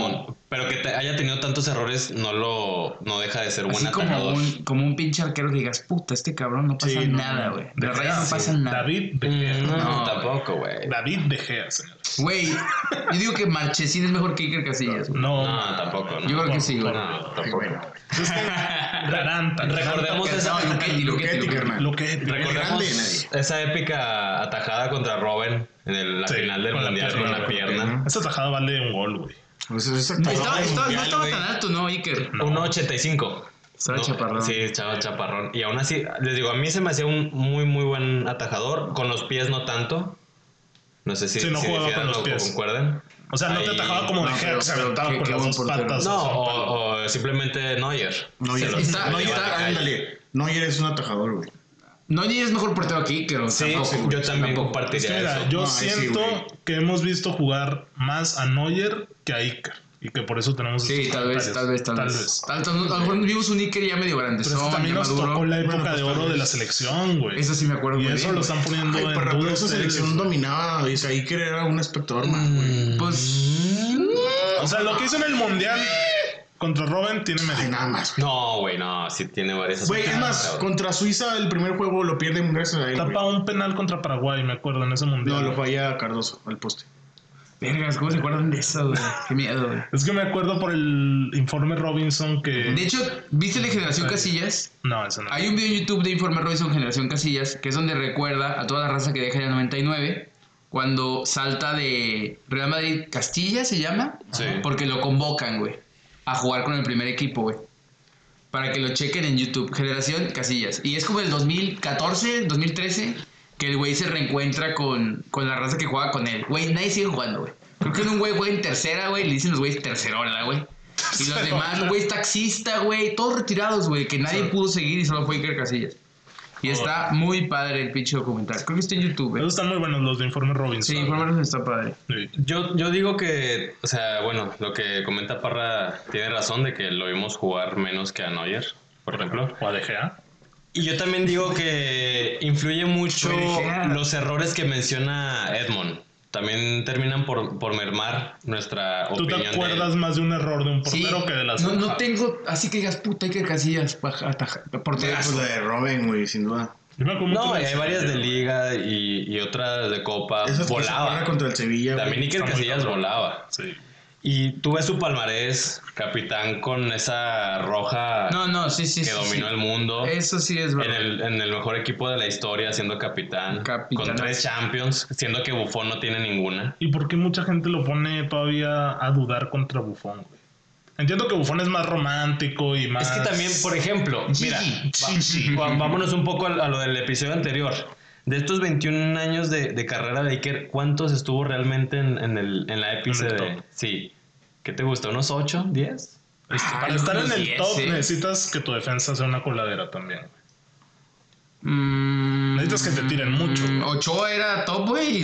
Pero que haya tenido tantos errores no deja de ser buen Así atajador. como un pinche arquero que digas, puta, este cabrón no pasa nada, güey. De Reyes no pasa nada. David De Gea. No, tampoco, güey. David De Gea, señor. Güey, yo digo que Marchesín es mejor que Iker Casillas, güey. No, tampoco. No. Yo creo que sí, güey. No, tampoco. Recordemos esa... Recordemos esa épica atajada contra Robben en la final del Mundial con la pierna. Esa atajada vale un gol, güey. No estaba tan alto, ¿no, Iker? 1.85. Estaba chaparrón. Sí, estaba chaparrón. Y aún así, les digo, a mí se me hacía un muy, muy buen atajador. Con los pies no tanto. No sé si no jugaba con los pies. Concuerden. O sea, no te atajaba como De Gea, que se aventaba con las dos patas. No, o simplemente Neuer. Neuer es un atajador, güey. Neuer es mejor portero aquí que sí, yo también compartiría eso. Yo siento que hemos visto jugar más a Neuer que a Iker. Y que por eso tenemos... Sí, tal vez. A lo mejor vimos un Iker ya medio grande. Pero también nos tocó la época de oro de la selección, güey. Eso sí me acuerdo. Y eso lo están poniendo en duda. Pero esa selección dominaba. O sea, Iker era un espectador más, güey. Pues... O sea, lo que hizo en el Mundial contra Robben tiene mérito. Nada más. No, güey, no. Sí tiene varias... Güey, es más, contra Suiza el primer juego lo pierden gracias a él. Tapa un penal contra Paraguay, me acuerdo, en ese Mundial. No, lo falla Cardoso al poste. Vergas, ¿cómo se acuerdan de eso, güey? Qué miedo, güey. Es que me acuerdo por el informe Robinson que... De hecho, ¿viste de Generación Casillas? No, eso no. Hay un video en YouTube de Informe Robinson Generación Casillas, que es donde recuerda a toda la raza que deja en el 99, cuando salta de Real Madrid Castilla, ¿se llama? Sí. Porque lo convocan, güey, a jugar con el primer equipo, güey. Para que lo chequen en YouTube. Generación Casillas. Y es como el 2014, 2013... que el güey se reencuentra con la raza que juega con él. Güey, nadie sigue jugando, güey. Creo que un güey juega en tercera, güey. Le dicen los güeyes tercerola, güey. Y los demás, los güeyes taxista, güey. Todos retirados, güey. Que nadie pudo seguir y solo fue Iker Casillas. Y está muy padre el pinche documental. Creo que está en YouTube, güey. Esos están muy buenos los de Informe Robinson. Sí, Informe Robinson está padre. Sí. Yo digo que, o sea, bueno, lo que comenta Parra tiene razón de que lo vimos jugar menos que a Neuer, por ejemplo. O a De Gea. Y yo también digo que influye mucho los errores que menciona Edmond. También terminan por mermar nuestra opinión. ¿Tú te acuerdas más de un error de un portero que de las... No tengo... Así que digas, puta, Iker Casillas, portero. Pues la de Robben, güey, sin duda. No, hay varias de Liga y otras de Copa. Volaba. Contra el Sevilla. También Iker Casillas volaba. Sí. Y tú ves su palmarés, capitán con esa roja sí, que dominó el mundo. Eso sí es verdad. En el mejor equipo de la historia, siendo capitán. Con 3 Champions, siendo que Buffon no tiene ninguna. ¿Y por qué mucha gente lo pone todavía a dudar contra Buffon, güey? Entiendo que Buffon es más romántico y más... Es que también, por ejemplo, mira, vámonos un poco a lo del episodio anterior. De estos 21 años de carrera de Iker, ¿cuántos estuvo realmente en la épice de...? Sí. ¿Qué te gusta? ¿Unos 8? ¿10? Para estar en el top necesitas que tu defensa sea una coladera también. Necesitas que te tiren mucho. Ochoa era top, güey.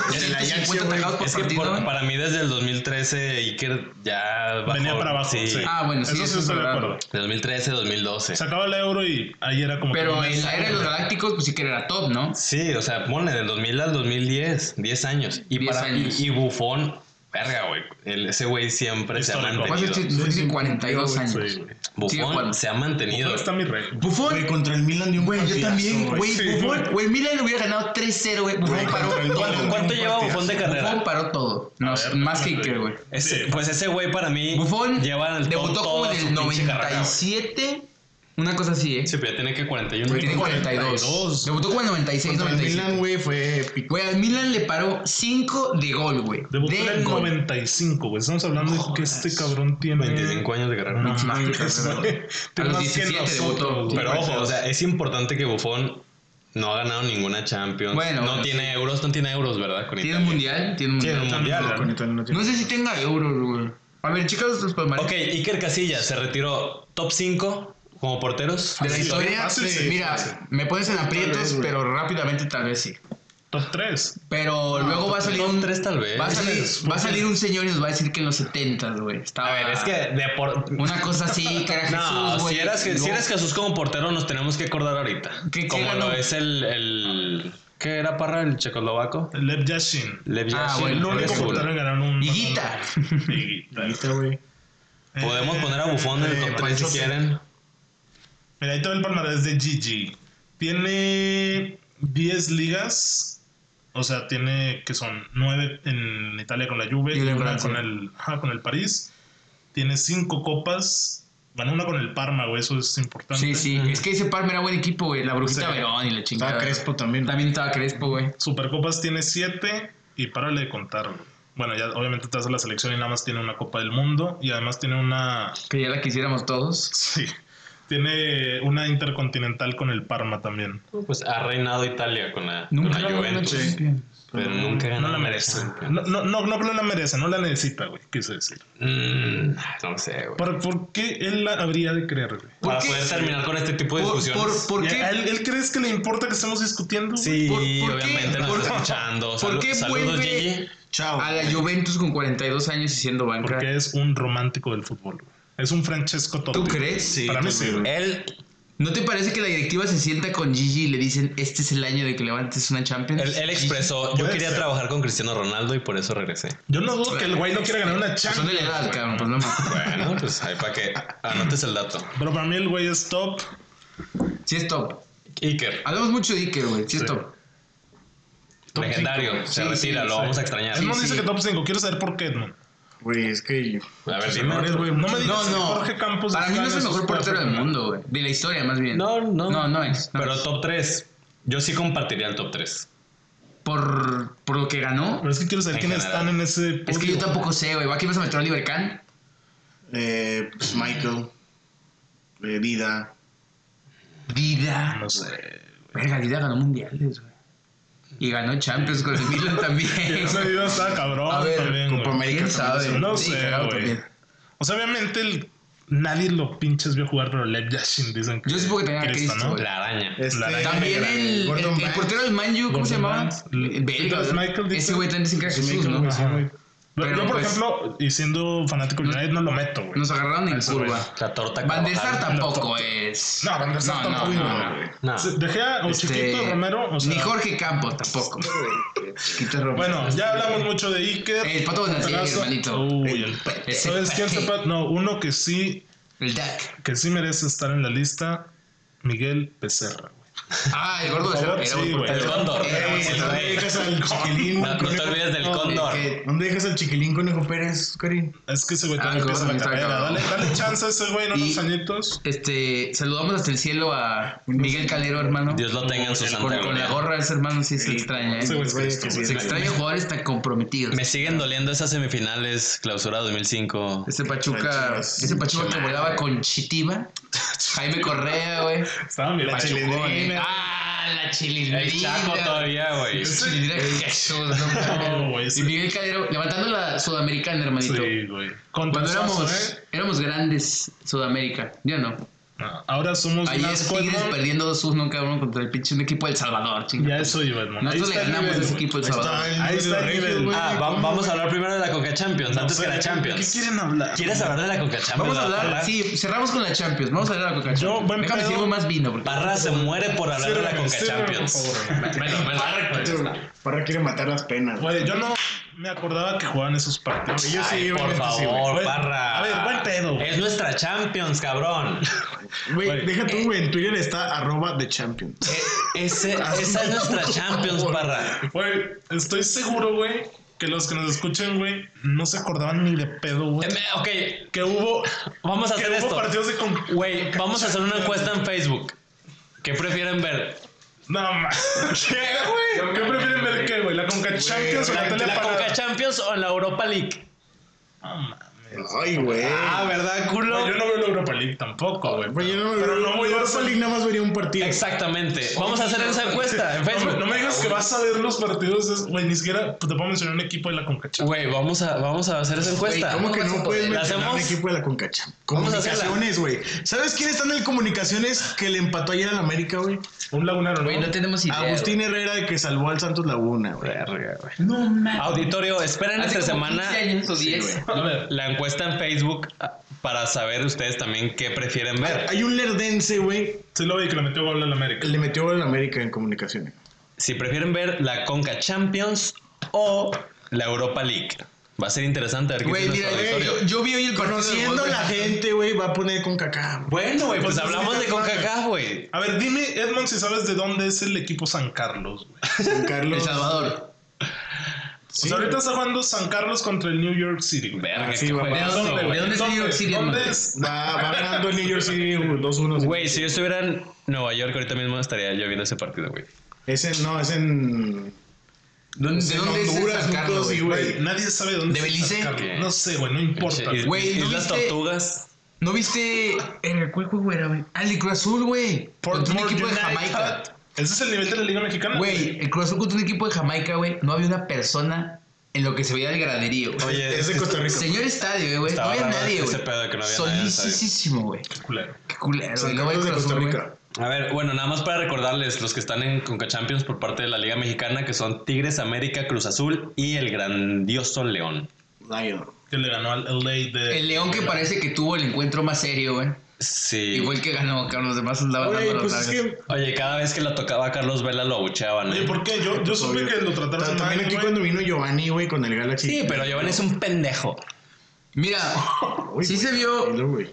Para mí desde el 2013 Iker ya bajó. Venía para abajo. Sí. Ah, bueno, sí. Eso estoy de acuerdo. De 2013, 2012. Se acaba el Euro y ahí era como... Pero en la era de los Galácticos, pues Iker era top, ¿no? Sí, o sea, ponle del 2000 al 2010, 10 años. Y Buffon... Verga, güey. Ese güey siempre se ha mantenido. Tiene 42 años. Sí, Buffon se ha mantenido. Buffon está mi rey. Buffon. Güey, contra el Milan dio un partidazo. Yo también, güey. Buffon. Güey, Milan le hubiera ganado 3-0, güey. Buffon paró todo. ¿Cuánto lleva Buffon de carrera? Buffon paró todo. No, más que Iker, güey. Pues ese güey para mí Buffon lleva el debutó como en el 97. Una cosa así, ¿eh? Sí, pero ya tiene que 41. Tiene 42. Debutó como en 96, contra 97. El Milan, güey, fue épico. Güey, al Milan le paró 5 de gol, güey. Debutó en el 95, güey. Estamos hablando de que este cabrón tiene... 25 años de carrera. No, más que a los 17 debutó. Pero ojo, o sea, es importante que Buffon no ha ganado ninguna Champions. Bueno, no tiene euros, ¿verdad? ¿Tiene un mundial? Tiene un mundial. No sé si tenga euros, güey. A ver, chicos, los palmares. Ok, Iker Casillas se retiró top 5 como porteros. De la historia, mira, me pones en aprietos, pero rápidamente tal vez sí. Top 3. Pero luego va a salir un 3 tal vez. Va a salir un señor y nos va a decir que en los 70s, güey. A ver, es que una cosa así, que era Jesús, güey. Si eras Jesús como portero, nos tenemos que acordar ahorita. Como lo es el ¿qué era, Parra? ¿El checoslovaco? Lev Yashin. Bueno, el único portero en ganar un... Higuita, güey. Podemos poner a Buffon en el top 3 si quieren. Mira, ahí te va el palmarés de Gigi. Tiene 10 ligas. O sea, tiene que son 9 en Italia con la Juve y una con el París. Tiene 5 copas. Ganó una con el Parma, güey, eso es importante. Sí. Es que ese Parma era buen equipo, güey. La Brujita Verón y la chingada. Estaba Crespo también. También estaba Crespo, güey. Supercopas tiene 7 y párale de contar, güey. Bueno, ya obviamente te hace la selección y nada más tiene una Copa del Mundo y además tiene una... Que ya la quisiéramos todos. Sí. Tiene una intercontinental con el Parma también. Pues ha reinado Italia con la Juventus. Pero nunca ganó. No la merece. No la merece, no la necesita, güey. Quise decir. No sé, güey. ¿Por qué él la habría de creer, güey? Para poder terminar con este tipo de discusiones. ¿Por qué? ¿Él crees que le importa que estemos discutiendo? Sí, ¿Por qué? obviamente nos está escuchando. ¿Por qué Saludos, vuelve Gigi. Chao. a la Juventus con 42 años y siendo banca? Porque es un romántico del fútbol, güey. Es un Francesco Totti. ¿Tú crees? Sí, Para mí sí, güey. Él ¿No te parece que la directiva se sienta con Gigi y le dicen, este es el año de que levantes una Champions? Él expresó, yo quería trabajar con Cristiano Ronaldo y por eso regresé. Yo no dudo que el güey no quiera ganar una Son Champions. de la edad, cabrón, pues no más. Bueno, pues ahí para que anotes el dato. Pero para mí el güey es top. Sí es top. Iker, Hablamos mucho de Iker, güey. Sí es top. legendario, se retira, lo vamos a extrañar. Edmond dice que top 5. Quiero saber por qué, Edmond. Güey, es que... A ver, dime. No me digas que Jorge Campos... Para mí no es el está en mejor esos portero del cuatro. mundo, güey. De la historia, más bien. No es. Pero top 3. Yo sí compartiría el top 3. Por lo que ganó. Pero es que quiero saber En quiénes general. están en ese podio. Es que yo tampoco sé, güey. ¿Aquí vas a meter a Oliver Kahn? Pues Michael. Dida. Vida. No sé. Verga, Vida ganó mundiales, güey. Y ganó Champions con el Milan también. Ese video está cabrón A ver, también, Copa güey. América. ¿Quién sabe? No Sí, sé, cagado güey. también. O sea, obviamente nadie lo pinches vio jugar, pero Lev Yashin dicen que... Yo supongo que tenía a Cristo, ¿no? güey. La araña. La araña También el Gordon el Banks. portero del Man U, ¿cómo se Gordon llamaba? Banks. El belga, Michael, ¿verdad? dice. Ese güey también dicen que era Jesús, ¿no? Michael, sí, güey. Yo, Pero, por pues, ejemplo, y siendo fanático de United, no lo meto, güey. Nos agarraron en Ese curva. güey. La torta Van der Sar Carvajal. tampoco es. No, Van der Sar tampoco, güey. No. De Gea o Chiquito Romero, o sea... Ni Jorge Campos tampoco. Chiquito Romero. Bueno, ya hablamos mucho de Iker. El Pato Bonacieri, Pedazo. hermanito. Uy, Ese ¿Sabes quién se Pate. No, uno que sí merece estar en la lista, Miguel Becerra, güey. Ah, el gordo Por de favor, Cerro. sí, güey. El cóndor. ¿Dónde dejas al chiquilín? No te olvides del cóndor. ¿Dónde dejas al chiquilín Conejo Pérez, Karim? Es que ese güey Ah, también el empieza la gordo carrera. está cabrón. Dale chance a ese güey en Y- unos añitos. Saludamos hasta el cielo a Miguel Calero, hermano. Dios lo tenga en su santa Con la gloria. gorra ese hermano sí se extraña, Ese güey es güey, Cristo, que güey. sí, Se extraña jugadores tan comprometidos. Me siguen doliendo esas semifinales, clausura 2005. Ese Pachuca que volaba con Chitiba. Jaime Correa, güey. Estaban bien La machos. chilindrina. La chilindrina. El Chaco todavía, güey. La chilindrina que Jesús, no, No, güey, Y sí. Miguel Calero levantando la sudamericana, hermanito. Sí, güey. Cuando Contrastazo, éramos grandes Sudamérica. Ya no. No, ahora somos Ayer unas Tigres cuatro. perdiendo 2-1, cabrón, contra el pinche un equipo del Salvador, Ya chingada. eso iba, hermano. Nosotros le ganamos a ese equipo del Salvador. Ahí está el nivel. Vamos a hablar primero de la Conca Champions, antes que la ¿Qué Champions. quieren hablar? ¿Quieres hablar de la Conca Champions? Vamos a hablar, Parra? sí, cerramos con la Champions. Vamos a hablar de la Coca Yo, Champions. buen Déjame pedo. sirvo más vino. Porque... Parra se muere por hablar de la Conca Champions. Parra quiere matar las penas. güey. Güey, yo no me acordaba que jugaban esos partidos. Yo sí, Ay, por obviamente sí, favor, güey. Parra. A ver, buen pedo, güey. Es nuestra Champions, cabrón. Güey, deja tú, güey. En Twitter está @TheChampions. Esa es nuestra Champions, Parra. Güey, estoy seguro, güey, que los que nos escuchan, güey, no se acordaban ni de pedo, güey. Ok, Que hubo, vamos a que hacer hubo esto. partidos de con... Güey, vamos a hacer una encuesta en Facebook. ¿Qué prefieren ver? No, mames. ¿Qué, güey? ¿Qué prefieren ver qué, güey? ¿La Conca Champions o la tele ¿La para...? Conca Champions o la Europa League? No, mames. Ay, güey. ¿verdad, culo? Güey, yo no veo la Europa League tampoco, güey. Güey, yo no Pero no voy a Europa League, nada más vería un partido. Exactamente. Vamos a hacer esa encuesta en Facebook. No me digas que vas a ver los partidos, güey, ni siquiera te puedo mencionar un equipo de la Conca Champions. Güey, vamos a hacer esa encuesta. ¿Cómo que no puedes ¿La mencionar un hacemos? equipo de la Concacham? Vamos a hacerla. Comunicaciones, güey. ¿Sabes quién está en el Comunicaciones que le empató ayer al América, güey? Un lagunero, ¿no? Güey, no tenemos idea. Agustín Herrera, el que salvó al Santos Laguna, güey. Verga, güey. No mames. Auditorio, esperen Hace esta como semana 15 años o 10. A ver, la encuesta en Facebook para saber ustedes también qué prefieren ver. Hay un lerdense, güey, sí lo vi que le metió gol al América. le metió gol al América en Comunicaciones. Si prefieren ver la Conca Champions o la Europa League. Va a ser interesante a ver qué Güey, es mira, nuestro auditorio. yo vi hoy el partido. Conociendo la gente, güey, va a poner CONCACAF. Bueno, güey, pues Pues hablamos de sí, CONCACAF, güey. A ver, dime, Edmond, si sabes de dónde es el equipo San Carlos, güey. San Carlos. El Salvador. Sí, O sea, ahorita güey. está jugando San Carlos contra el New York City, güey. Verga, sí, qué va. juegazo, ¿De dónde- güey. de dónde es New York City, ¿Dónde hermano? es? Va ganando el New York City 2-1. Güey, si yo estuviera en Nueva York ahorita mismo estaría yo viendo ese partido, güey. Es en ¿De dónde es Honduras, San Carlos, sí, güey? güey. Nadie sabe dónde ¿De es Belice? San Carlos. No sé, güey, no importa. Güey, ¿no Islas viste? Tortugas. ¿No viste? ¿Cuál juego era, güey? Ah, el de Cruz Azul, güey. Contra un Portmore equipo de United. Jamaica. Ese es el nivel de la Liga Mexicana. Güey, el Cruz Azul contra un equipo de Jamaica, güey. No había una persona en lo que se veía el graderío, güey. Oye, Es de Costa Rica. Señor estadio, güey. No Estaba había raro nadie, güey. ese pedo de que no había nadie en el estadio. Solicísimo, güey. Qué culero. Qué culero, San güey. Luego Carlos de el Cruz Costa Azul, Rica. A ver, bueno, nada más para recordarles los que están en Conca Champions por parte de la Liga Mexicana, que son Tigres, América, Cruz Azul y el grandioso León. Lion. Que le ganó al LA de... El León que parece que tuvo el encuentro más serio, güey. Sí. Y fue el que ganó, cabrón. Los demás andaban Güey, dando pues los es largos. que Oye, cada vez que lo tocaba a Carlos Vela lo abucheaban, Oye, ¿eh? ¿por qué? Yo supe que lo trataron mal, también aquí güey. cuando vino Giovanni, güey, con el Galaxy. Sí, pero Giovanni es un pendejo. Mira, Uy, sí güey, se vio. tranquilo, güey.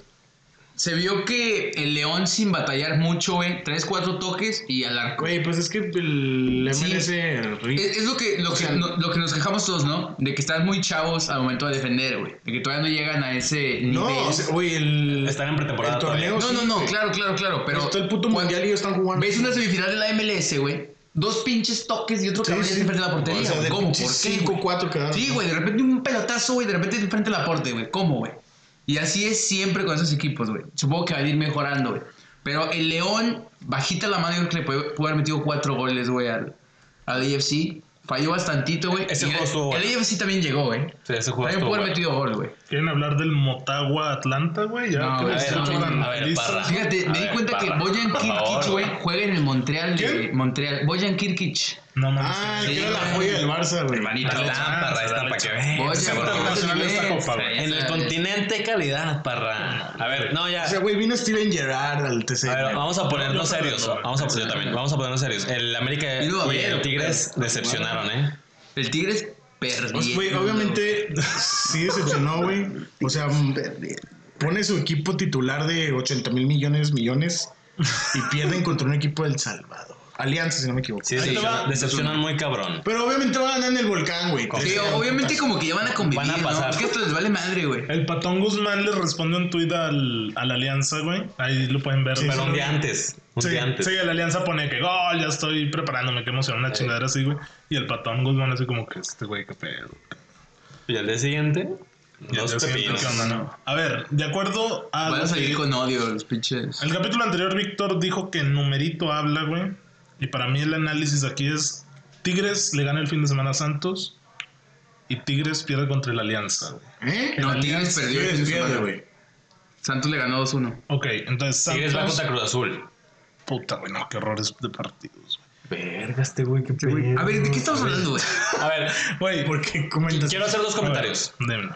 Se vio que el León sin batallar mucho, güey. 3-4 toques y al arco. Güey, pues es que el Sí. MLS... Es lo que nos quejamos todos, ¿no? De que están muy chavos al momento de defender, güey. De que todavía no llegan a ese nivel. No, o sea, güey, el... Están en pretemporada el torneo, todavía. No, sí, güey. claro. Pero Está el puto cuando mundial y ellos están jugando. ves una semifinal de la MLS, güey. 2 pinches toques y otro Sí, cabrón sí. ya enfrente de la portería. O sea, güey. de ¿Cómo? ¿Por pinches qué? güey? 5-4 quedaron. Sí, güey, de repente un pelotazo, güey, de repente enfrente de la porte, güey. ¿Cómo, güey? Y así es siempre con esos equipos, güey. Supongo que van a ir mejorando, güey. Pero el León, bajita la mano, yo creo que le pudo haber metido 4 goles, güey, al AFC. Falló bastantito, güey. Ese Y juego estuvo el bueno. AFC también llegó, güey. Sí, ese juego También estuvo pudo haber bueno. metido gol, güey. ¿Quieren hablar del Motagua Atlanta, güey? Ya No, que a me ver, escucho a ver, tan a ver, listos. Parra. Fíjate, A me di ver, cuenta que Parra, Bojan por Kirkic, favor. güey, juega en el Montreal de ¿Quién? Montreal. Bojan Kirkic. No mames. Ah, Sí, que era la güey. joya del Barça, güey. Hermanito. Ahí está, Parra, ahí está, para que vean. Bojan, se por va a favor, internacional esta dime. copa, güey. En el continente calidad, Parra. A ver, no, ya. O sea, güey, vino Steven Gerrard al TC. A ver, vamos a ponernos Yo serios. también, Yo también. Vamos a ponernos serios. El América Y luego, y a ver, el Tigres decepcionaron, ¿eh? El Tigres perdió. Güey, obviamente sí decepcionó, güey. O sea, pone su equipo titular de 80 mil millones y pierden contra un equipo del Salvador. Alianza, si no me equivoco. Sí, Ahí te va. decepcionan muy cabrón. Pero obviamente van a ganar en el volcán, güey. Sí, obviamente como que ya van a convivir, Van a pasar. ¿no? Es que esto les vale madre, güey. El Patón Guzmán le responde un tuit a la Alianza, güey. Ahí lo pueden ver. Sí, Pero un día antes. Un Sí, día antes. sí, la Alianza pone que gol, ya estoy preparándome, qué emoción, una chingadera así, güey. Y el Patón Guzmán así como que güey, qué pedo. Y al día siguiente, Y al dos día siguiente, pepinos. ¿qué onda, no? A ver, de acuerdo a... Van a lo salir que- con odio los pinches. El capítulo anterior, Víctor dijo que numerito habla, güey. Y para mí el análisis aquí es... Tigres le gana el fin de semana a Santos. Y Tigres pierde contra el Alianza, güey. ¿Eh? No, El Tigres Alianza, perdió el Tigres fin de pierde, semana. güey. Santos le ganó 2-1. Ok, entonces Tigres va Santos... contra Cruz Azul. Puta, güey, no, qué horrores de partidos, güey. Verga, este güey, qué pedo. A ver, ¿de qué estamos hablando, güey? A ver, Güey, ¿Por qué comentas? quiero hacer dos comentarios. Démelo.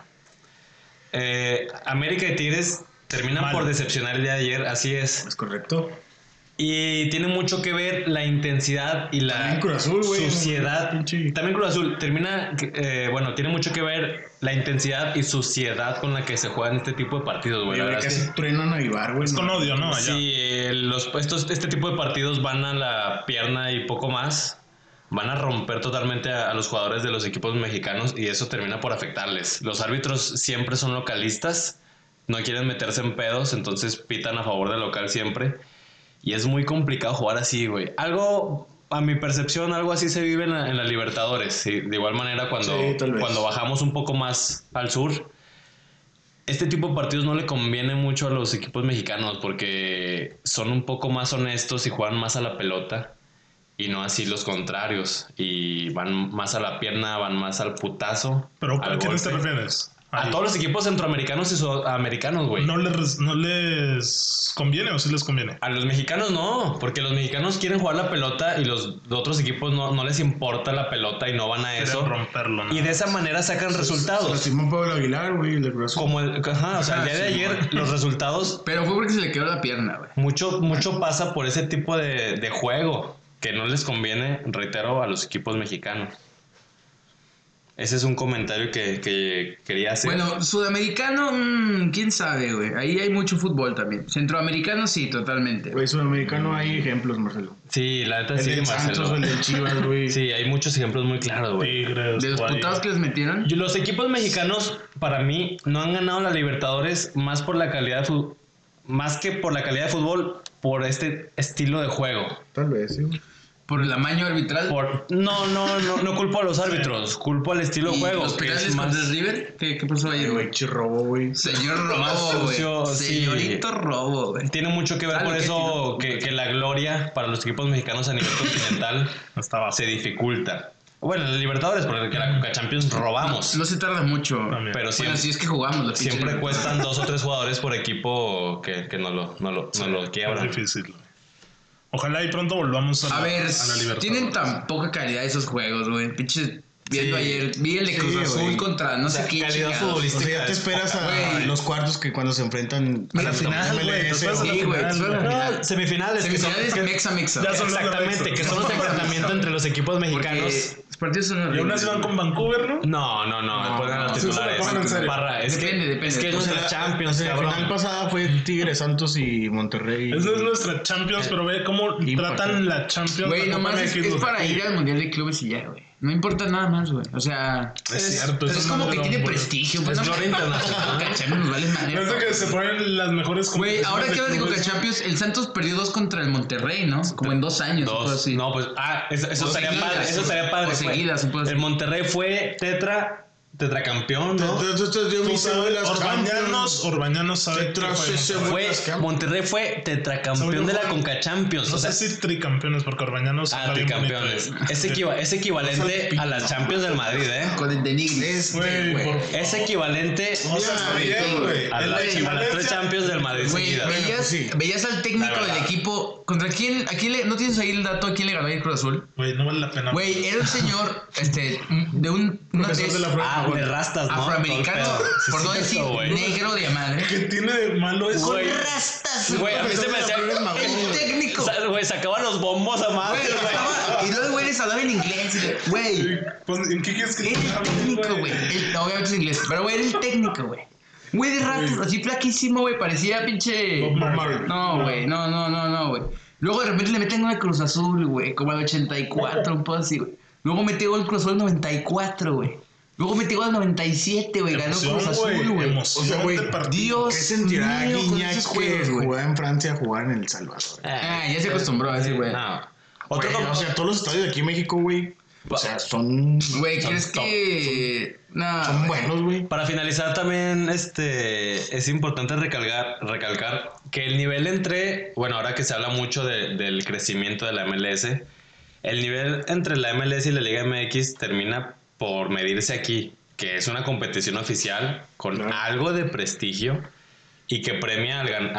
América y Tigres terminan Mal. por decepcionar el día de ayer, así es. Es correcto. Y tiene mucho que ver la intensidad y la También Cruz Azul, güey. suciedad. Pinche- También Cruz Azul termina, bueno, tiene mucho que ver la intensidad y suciedad con la que se juegan este tipo de partidos, güey. La Güey, verdad es casi que truenan a Ibar, güey. Es con odio, ¿no? Allá. sí, este tipo de partidos van a la pierna y poco más. Van a romper totalmente a los jugadores de los equipos mexicanos y eso termina por afectarles. Los árbitros siempre son localistas, no quieren meterse en pedos, entonces pitan a favor del local siempre. Y es muy complicado jugar así, güey. Algo, a mi percepción, algo así se vive en la Libertadores. ¿Sí? De igual manera, Sí, tal vez. cuando bajamos un poco más al sur, este tipo de partidos no le conviene mucho a los equipos mexicanos porque son un poco más honestos y juegan más a la pelota y no así los contrarios. Y van más a la pierna, van más al putazo. Pero al ¿a quiénes te golpe. refieres? A Ahí. todos los equipos centroamericanos y sudamericanos, güey. ¿No les conviene o sí les conviene? A los mexicanos no, porque los mexicanos quieren jugar la pelota y los otros equipos no les importa la pelota y no van a Quieren eso. romperlo, ¿no? Y de esa manera sacan Se resultados. lastimó Pablo Aguilar, güey, el de Cruz Azul. Como el día de ayer, los resultados, Pero fue porque se le quedó la pierna, güey. mucho pasa por ese tipo de juego que no les conviene, reitero, a los equipos mexicanos. Ese es un comentario que quería hacer. Bueno, sudamericano, quién sabe, güey. Ahí hay mucho fútbol también. Centroamericano, sí, totalmente. Güey, sudamericano hay ejemplos, Marcelo. Sí, la neta El sí, del Marcelo. Santos o el del Chivas, güey. Sí, hay muchos ejemplos muy claros, güey. Tigres, De los Guayas. putados que les metieron. Los equipos mexicanos, para mí, no han ganado la Libertadores más por la calidad de fútbol, más que por la calidad de fútbol, por este estilo de juego. Tal vez, sí. Por el amaño arbitral. No culpo a los árbitros, culpo al estilo de ¿Y juego. los que penales es más contra el River? ¿Qué pasó ayer, Güey, güey? chirrobo, güey. Señor Más Robo, sucio, güey. sí. Señorito Robo, güey. Tiene mucho que ver ¿Sabe por qué eso que la gloria para los equipos mexicanos a nivel continental Hasta abajo. se dificulta. Bueno, en la Libertadores, porque la Conca Champions robamos. No se tarda mucho. También. Pero Bueno, siempre, si es que jugamos. la siempre pinche- cuestan 2 o 3 jugadores por equipo que no lo Es quiebran. difícil. Ojalá y pronto volvamos A ver, la Libertadores. tienen tan poca calidad esos juegos, güey. Pinche. Viendo Sí. ayer, vi el de Cruz Sí, Azul güey. contra no O sea, sé qué. calidad chingados. futbolística. O sea, ya te esperas a Güey. los cuartos que cuando se enfrentan A la final, güey. MLS, Después a la Sí, güey, final, después a la güey. final. No, semifinales. Semifinales mexa. Ya son los Exactamente, de que son los enfrentamientos entre los equipos mexicanos. Porque los partidos son Y aún horribles. así van con Vancouver, ¿no? No, después ganan los sí, se lo titulares. toman en serio. Parra, es Depende. que es O sea, nuestra Champions, la cabrón. final pasada fue Tigres, Santos y Monterrey. Esa es nuestra Champions, pero ve cómo tratan la Champions. Güey, la Copa nomás es MX, para güey. ir al Mundial de Clubes y ya, güey. No importa nada más, güey. O sea, Es cierto, pero eso es no como me que lo tiene voy. prestigio. Es Pues, no, gloria internacional. Coca Champions nos vale madre. No es de que se ponen las mejores Güey, competiciones ahora de que hablas de Coca clubes. Champions, el Santos perdió 2 contra el Monterrey, ¿no? Como en 2 años. o cosas así. No, pues, eso O estaría seguidas, padre. Eso estaría padre. o Fue- seguidas, se puede el decir. Monterrey fue tetracampeón, ¿no? Yo me hice las Orbañanos sabe qué fue. Monterrey fue tetracampeón de la Conca Champions. No O sea, sé si tricampeones, porque Orbañanos está bien bonito. tricampeones. Es equivalente a las Champions del Madrid, ¿eh? Con el de Nigris. Güey, por favor. Es equivalente O sea, está bien, güey. a Es la las 3 equivalencia. Champions del Madrid Güey, seguidas. veías al técnico La verdad. del equipo. ¿Contra quién? ¿No tienes ahí el dato a quién le ganó el Cruz Azul? Güey, no vale la pena. Güey, era un señor, de una Profesor tez de la prueba. De rastas, ¿no? afroamericano, Todo el pedo. Sí, por sí, no eso, decir güey. negro de madre. ¿Qué tiene de malo eso? Con Güey. rastas, Güey, a mí se me hacía el técnico. O sea, güey, sacaba los bombos a madre, Güey, güey. y luego güey les hablaba en inglés. Güey, Pues, ¿en qué quieres que era el técnico, güey. Obviamente es inglés, pero güey, era el técnico, güey. Güey, de rastas, así flaquísimo, güey, parecía pinche. Bob Marley. No, güey, no, güey. Luego de repente le meten una Cruz Azul, güey, como al 84, un poco así, güey. Luego metió gol Cruz Azul al 94, güey. Luego metió gol al 97, güey. Ganó Emoción, Cruz Azul, güey. Emoción O sea, güey, de partido. Dios ¿Qué sentirá mío, con Guiñac esos que juegos, güey? jugaba en Francia a jugar en El Salvador? Ya se acostumbró a decir, güey. No. Otro Güey, o sea, todos los estadios de aquí en México, güey, o sea, son Güey, ¿crees que...? No, buenos, güey. Para finalizar también es importante recalcar que el nivel bueno, ahora que se habla mucho del crecimiento de la MLS, el nivel entre la MLS y la Liga MX termina por medirse aquí, que es una competición oficial con algo de prestigio y que premia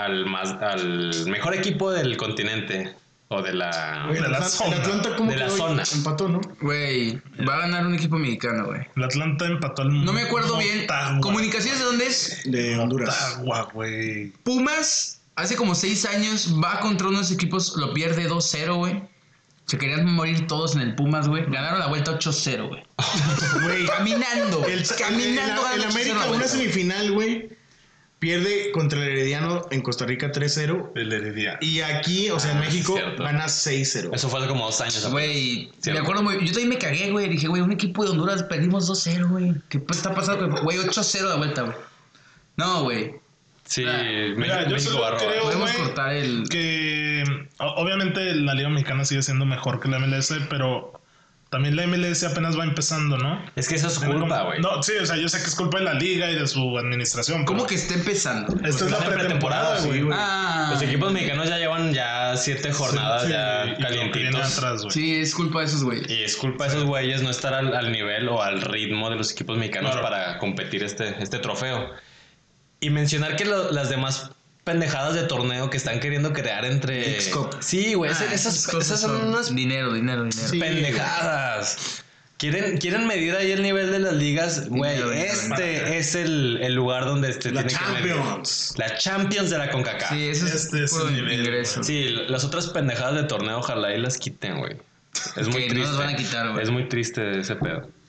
al mejor equipo del continente o de la... Güey, de la el zona. Atlanta como De la quedó? zona. Empató, ¿no? güey, va a ganar un equipo mexicano, güey. El Atlanta empató al No me acuerdo bien. Motagua. ¿Comunicaciones de dónde es? De Honduras. Motagua, güey. Pumas, hace como 6 años, va contra unos equipos, lo pierde 2-0, güey. Se querían morir todos en el Pumas, güey. Ganaron la vuelta 8-0, güey. Güey, Caminando, güey. Caminando. el ganaron 8-0 América, la una vuelta, semifinal, güey, pierde contra el Herediano en Costa Rica 3-0. El Heredia. Y aquí, o sea, en México, cierto. gana 6-0. Eso fue hace como 2 años. güey. Sí, Me acuerdo muy. Yo también me cagué, güey. Dije, güey, un equipo de Honduras perdimos 2-0, güey. ¿Qué está pasando? Güey, 8-0 la vuelta, güey. No, güey. Sí, Mira, yo México solo va a robar. creo, Podemos güey, cortar el. que obviamente la Liga Mexicana sigue siendo mejor que la MLS, pero también la MLS apenas va empezando, ¿no? Es que eso es Tiene culpa, como- güey. No, sí, o sea, yo sé que es culpa de la liga y de su administración. ¿Cómo pero que está empezando? esta es Pues la están en pretemporada, pretemporada, güey. Ah. Los equipos mexicanos ya llevan 7 jornadas Sí, ya y lo que viene calientitos. atrás, güey. Sí, es culpa de esos, güey. Y es culpa de esos güeyes no estar al nivel o al ritmo de los equipos mexicanos Claro. para competir este trofeo. Y mencionar que las demás pendejadas de torneo que están queriendo crear entre... Leagues Cup. Sí, güey, Ah, esas cosas son unas Dinero. Sí. pendejadas. Quieren medir ahí el nivel de las ligas. Güey, Dinero. es el lugar donde La tiene que medir. Champions. La Champions de la CONCACAF. Sí, eso es Este es puro el nivel, ingreso. Sí, las otras pendejadas de torneo ojalá y las quiten, güey. Es muy Que no triste. las van a quitar, güey. Es muy triste ese pedo.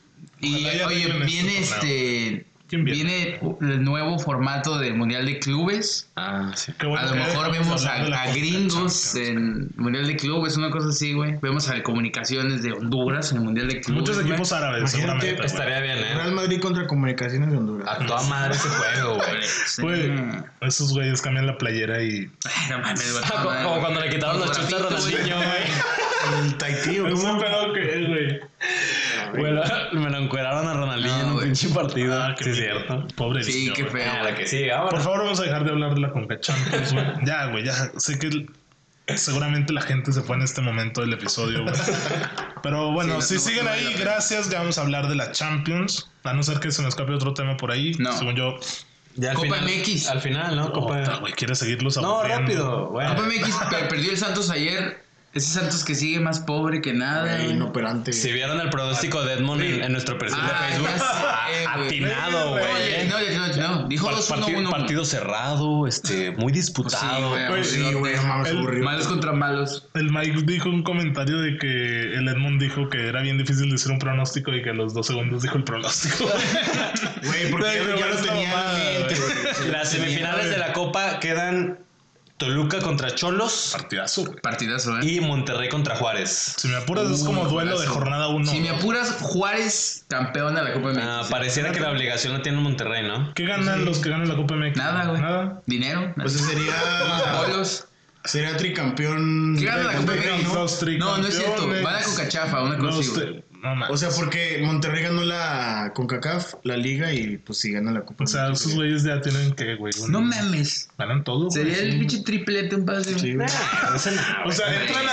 Y Ojalá ya oye, arreglen viene este ¿Quién viene? el nuevo formato del Mundial de Clubes. Sí. Qué bueno A lo que mejor vamos vemos hablar de la a Copa gringos Champions. en Mundial de Clubes, una cosa así, güey. Vemos a Comunicaciones de Honduras en el Mundial de Clubes. Muchos güey. equipos árabes, Imagínate, seguramente. güey. Estaría bien, Real Madrid contra Comunicaciones de Honduras. A toda madre ese juego, güey. Sí. Güey, esos güeyes cambian la playera y. Ay, no mames, güey. Como cuando le quitaron los chutas a Ronaldinho, güey. El Tahití, ¿o ¿Ese cómo? pedo qué es, güey? Bueno, me lo encueraron a Ronaldinho No, en un güey. pinche partido. Ah, qué Sí, es miedo. cierto. Pobre Sí, niño, qué güey. feo. La que sigue, ahora. Por favor, vamos a dejar de hablar de la Conca Champions, güey. Ya, güey, ya. Sé que seguramente la gente se fue en este momento del episodio, güey. Pero bueno, Sí, si siguen no vale ahí, la pena. gracias. Ya vamos a hablar de la Champions. A no ser que se me escape otro tema por ahí. No. Según yo. Ya al Copa final, MX. Al final, ¿no? Copa Puta, güey, quiere seguirlos No, aburriendo. rápido, güey. Copa MX perdió el Santos ayer. Ese Santos que sigue más pobre que nada. Güey, inoperante. Si vieron el pronóstico de Edmond en nuestro perfil de Facebook, ya sé, güey. atinado, Oye, güey. no. Dijo 2-1-1. Partido cerrado, muy disputado. güey. Güey, Sí, güey, no mames, El- aburrido. Malos contra malos. El Mike dijo un comentario de que el Edmond dijo que era bien difícil decir un pronóstico y que a los 2 segundos dijo el pronóstico. Güey, porque ya lo tenía en mente, güey. Las semifinales de la Copa quedan Toluca contra Cholos Partidazo, güey. Partidazo, ¿eh? y Monterrey contra Juárez. Si me apuras, es como duelo de Golazo. jornada 1. Si me apuras, Juárez campeón de la Copa MX. Pareciera que la obligación la tiene Monterrey, ¿no? ¿Qué ganan los que ganan la Copa MX? Nada, güey. Nada. Dinero. Pues sería. Bolos. Sería tricampeón. ¿Qué gana la Copa MX? Los No, no es cierto. tricampeones. Van a Concachafa, una cosa así, güey. No, man. O sea, porque Monterrey ganó la CONCACAF, la liga, y pues sí gana la Copa. O sea, MX, esos güey. güeyes ya tienen que, güey. No mames. Ganan todo, güey. Sería el pinche triplete un pase. Sí, güey. O sea, entran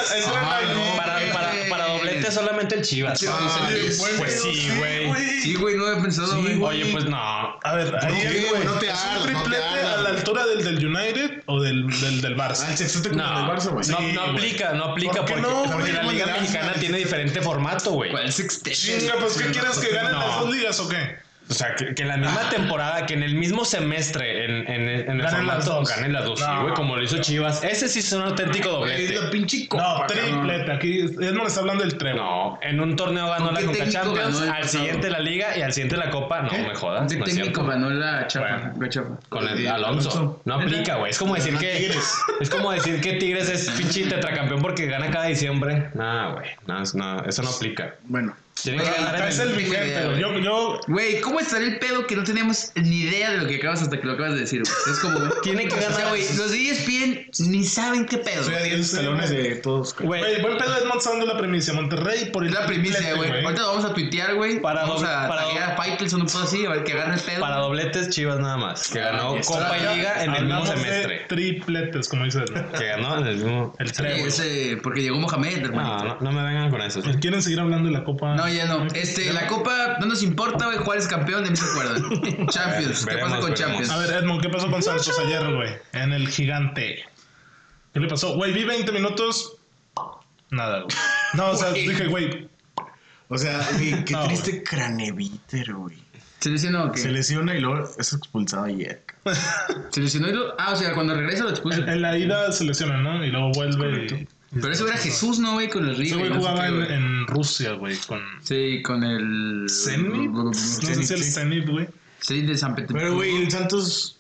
a. Para doblete solamente el Chivas. Pues sí, güey. Sí, güey, no había pensado, güey. Oye, pues no. A ver, ahí ¿qué, güey? No te ¿es ardas, un no te triplete ardas, a la güey. altura del United o del Barça? Al sexto como No, el del Barça, güey. no, Sí, no güey. aplica, no aplica ¿Por qué porque, no, porque güey? la Liga Muy Mexicana grande. tiene diferente formato, güey. ¿Cuál es extension? Chinga, pues ¿qué quieres que ganen No. las dos ligas o qué? O sea, que en la misma temporada, que en el mismo semestre, en el Ganen las formato, dos. ganen las dos, sí, No. güey, como lo hizo Chivas. Ese sí es un auténtico Güey, doblete. es la pinche No, copa. triplete. Aquí Edmond está hablando del treble. No, en un torneo ganó ¿Con la qué Conca técnico Champions, ganó el al pasado? siguiente la Liga y al siguiente la Copa. No me jodas, ¿Qué no es técnico cierto. ganó la chapa? Bueno. La chapa. Con el Alonso. Alonso. No aplica, güey. Es como decir que Tigres. es como decir que Tigres es pinche tetracampeón porque gana cada diciembre. No, güey. No, eso no aplica. Bueno, Tienen que Güey, ganar Acá en es el... el vigente, güey. Yo Güey, ¿cómo estaría el pedo que no tenemos ni idea de lo que acabas hasta que lo acabas de decir, güey? Es como, Tienen que o sea, ganar. güey, los de ESPN ni saben qué pedo. soy a 10 escalones de todos. Güey, Güey, buen pedo Edmond está dando la premisa. Monterrey por el Es la primicia, triplete, güey. Ahorita lo vamos a tuitear, güey. Para Vamos doble- a para taguear a Faitelson, un pedo así, a ver que agarre el pedo. para dobletes Chivas nada más. Que ganó está. Copa y Liga en el mismo Hablamos de semestre. tripletes, como dice Edmond. Que ganó en el mismo... El Sí, treble. ese, porque llegó Mohamed, hermano. No me vengan con eso. ¿sí? ¿Quieren seguir hablando de la Copa? No, ya no. La Copa no nos importa, güey. Juárez campeón, de mí se acuerdan. Champions. ¿Qué pasa Veremos, con veremos. Champions? A ver, Edmond, ¿qué pasó con Santos ayer, güey? En el gigante. ¿Qué le pasó? Güey, vi 20 minutos. Nada, güey. No, o sea, Güey. dije, güey. O sea, güey, qué No, triste Craneviter, güey. ¿Se lesionó o qué? Se lesiona y luego es expulsado ayer. ¿Se lesionó y lo... Ah, o sea, cuando regresa lo expulsa. En la ida se lesiona, ¿no? Y luego vuelve y... Pero eso era Jesús, ¿no, güey? Con el Ese River. güey no sé jugaba qué, güey. en Rusia, güey, con... Sí, con el... ¿Zenit? No sé si el Zenit, güey. Sí, de San Petersburgo. Pero, güey, el Santos.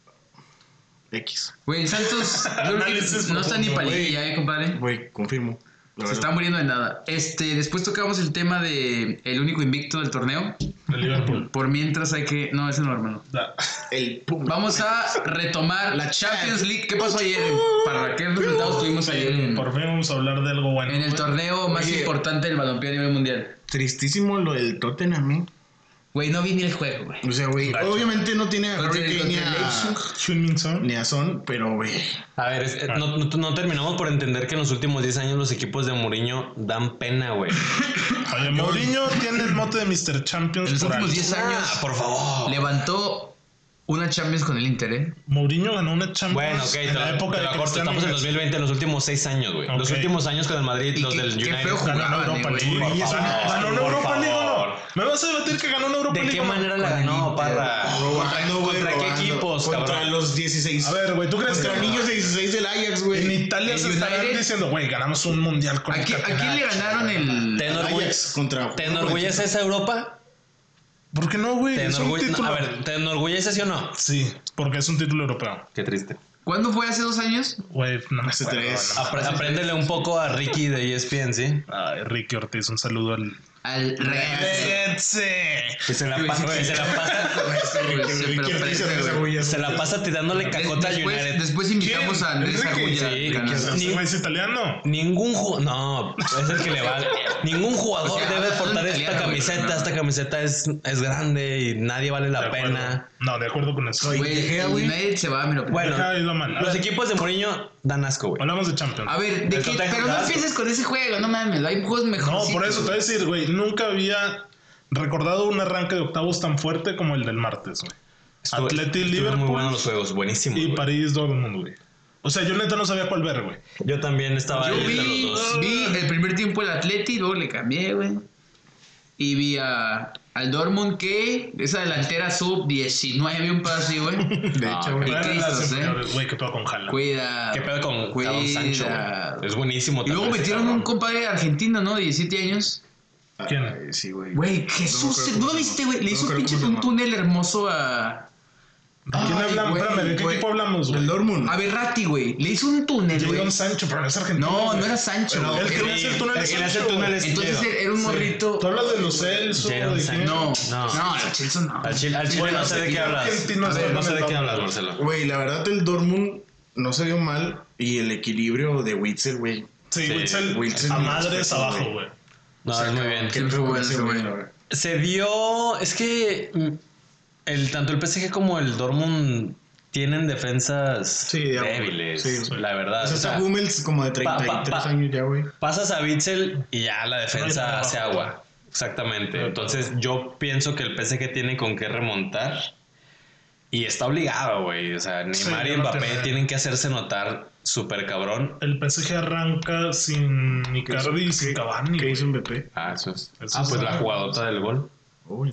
X. Güey, el Santos yo creo que Análisis no está ni profundo, para güey. ya, compadre. Güey, confirmo. La Se verdad. está muriendo de nada. Después tocamos el tema de el único invicto del torneo. De Liverpool. Por mientras hay que... No, ese no, hermano. Da. El Puma. Vamos a retomar la Champions League. ¿Qué pasó ayer? ¿Para qué resultados tuvimos ayer en Por fin vamos a hablar de algo bueno. el güey. torneo más Oye. importante del balompié a nivel mundial? Tristísimo lo del Tottenham, ¿eh? Güey, no vi ni el juego, güey. O sea, güey, Gacho. obviamente no tiene a Contra Harry el- Kane ni contra el a, Leipzig. Heung-min Son. ni a Son, pero, güey. A ver, no terminamos por entender que en los últimos 10 años los equipos de Mourinho dan pena, güey. Oye, Mourinho tiene el mote de Mr. Champions En los por últimos algo. 10 años por favor. levantó una Champions con el Inter, ¿eh? Mourinho ganó una Champions Bueno, ok, en la época te de lo corto. Cristiano Estamos en Messi. 2020, los últimos 6 años, güey. Los Ok. últimos años con el Madrid, Y los qué- del qué United. feo Ganó jugaban, una Europa güey. League. Y eso- Ganó una por Europa League, ¿o no? favor. ¿Me vas a debatir que ganó una Europa ¿De League? qué o no? manera la Con el ganó, Inter. Parra? Robando, güey. ¿Contra qué robando. equipos, Contra cabrón? los 16. A ver, güey, ¿tú crees Contra que niños de 16 del Ajax, en güey. Italia el se estarán United- diciendo, güey, ganamos un mundial con ¿A el quién le Catenaccio, ganaron güey? el...? ¿Te Ajax enorgullece, contra. ¿Te enorgullece esa Europa? qué no, güey? ¿Te Es un título. A ver, ¿te enorgullece sí o no? Sí, porque es un título europeo. Qué triste. ¿Cuándo fue? ¿Hace 2 años? Güey, no me Hace acuerdo, 3. Apréndele un poco a Ricky de ESPN, ¿sí? Ay, Ricky Ortiz, un saludo al... Al Que se la pasa tirándole cacota a United. Después invitamos a Andrés Agulla. Sí, ¿Es italiano? No, es el que le va. Ningún jugador debe portar esta camiseta. Esta camiseta es grande y nadie vale la pena. No, de acuerdo con eso. United se va, mira. Bueno, mal. los equipos de Mourinho dan asco, güey. Hablamos de Champions. A ver, pero no empieces con ese juego, no mames, hay juegos mejores. No, por eso te voy a decir, güey, nunca había recordado un arranque de octavos tan fuerte como el del martes, güey. Atleti, Liverpool. Muy buenos los juegos, buenísimo. Y güey. París, Dortmund, güey. O sea, yo neta no sabía cuál ver, güey. Yo también estaba Yo ahí entre los dos. vi el primer tiempo el Atleti, luego le cambié, güey. Y vi al Dortmund que esa delantera sub-19, un pedo así, güey. De hecho, güey. Y Cristos, Güey, que todo con Haaland. ¿Qué pedo con Jadon Sancho? Es buenísimo. Y luego metieron un compadre argentino, ¿no? De 17 años. ¿Quién? Ay, sí, güey. Güey, Jesús, ¿no lo viste, güey? Le hizo un túnel hermoso a... ¿De quién hablamos? güey, Espérame, ¿de qué equipo hablamos, güey? El Dortmund. A Verratti, güey. Le hizo un túnel, güey. Jadon Sancho, pero no es argentino. No, güey. no era Sancho. Pero güey. el que no hace el túnel es Sancho, güey. Entonces era un morrito. ¿Tú hablas de los Celso? Jadon ¿De Sancho. quién? No, el Chelsea no. Al Chile no sé de qué hablas. Argentino, A ver, no sé de qué Dortmund. hablas, Marcelo. Güey, la verdad el Dortmund no se vio mal y el equilibrio de Witzel, güey. Sí, Sí, Witzel a madres respeto, abajo, güey. güey. No, es muy bien. Qué Sí, fue bueno, ese fue güey, bueno. la verdad. Se dio. Es que tanto el PSG como el Dortmund tienen defensas Sí, de acuerdo. débiles, Sí. la verdad. O sea, O sea, está Hummels como de 33 años ya, güey. pasas a Witzel y ya la defensa No, hace agua. Exactamente. Entonces yo pienso que el PSG tiene con qué remontar. Y está obligado, güey. O sea, Neymar Sí, y no Mbappé tiene- tienen que hacerse notar súper cabrón. El PSG arranca sin Icardi y sin Cavani. ¿Qué güey. hizo Mbappé? Eso es. Eso Pues es la algo. jugadota del gol. Uy.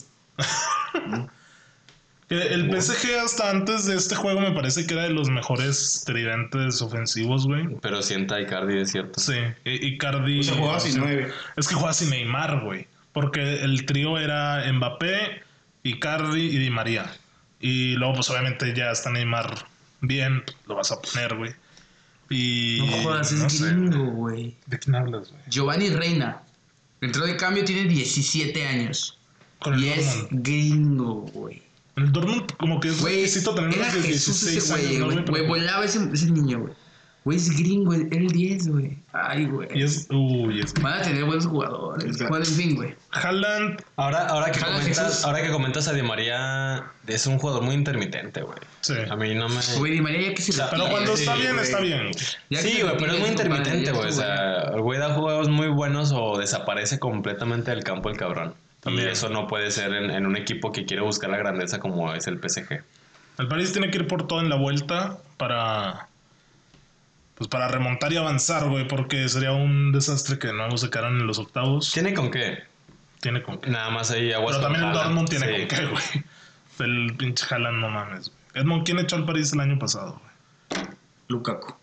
El PSG hasta antes de este juego me parece que era de los mejores tridentes ofensivos, güey. Pero sienta Icardi, es cierto. Sí, Icardi. O sea, jugaba sin 9. Es que jugaba sin Neymar, güey. Porque el trío era Mbappé, Icardi y Di María. Y luego, pues obviamente ya está Neymar bien, lo vas a poner, güey. Y. No jodas, no es sé. gringo, güey. ¿De quién hablas, güey? Giovanni Reina. Entró de cambio, tiene 17 años. Con el Y es Dortmund. gringo, güey. El Dortmund, como que es Güey, requisito tener era unos de Jesús 16 ese años, güey, ¿no, güey. güey? Güey, volaba ese niño, güey. Güey, es gringo, era el 10, güey. Ay, güey. Y es. Uy, es. Van a tener buenos jugadores. Exacto. Bueno, en fin, güey. Haaland. Ahora que Ojalá comentas, Jesús. ahora que comentas a Di María, es un jugador muy intermitente, güey. Sí. A mí no me. Güey, Di María ya que se sea, Pero cuando está bien, güey. está bien. Ya que Sí, se güey, pero es muy retire, compadre, intermitente, ya güey. O estuvo, sea, el güey da juegos muy buenos o desaparece completamente del campo el cabrón. También. Y eso no puede ser en un equipo que quiere buscar la grandeza como es el PSG. El París tiene que ir por todo en la vuelta para. Pues para remontar y avanzar, güey. Porque sería un desastre que no se quedaran en los octavos. ¿Tiene con qué? Tiene con qué. Nada más ahí aguas Pero con también el Haaland. Dortmund tiene Sí. con qué, güey. El pinche Haaland, no mames, güey. Edmond, ¿quién echó al París el año pasado, güey? Lukaku.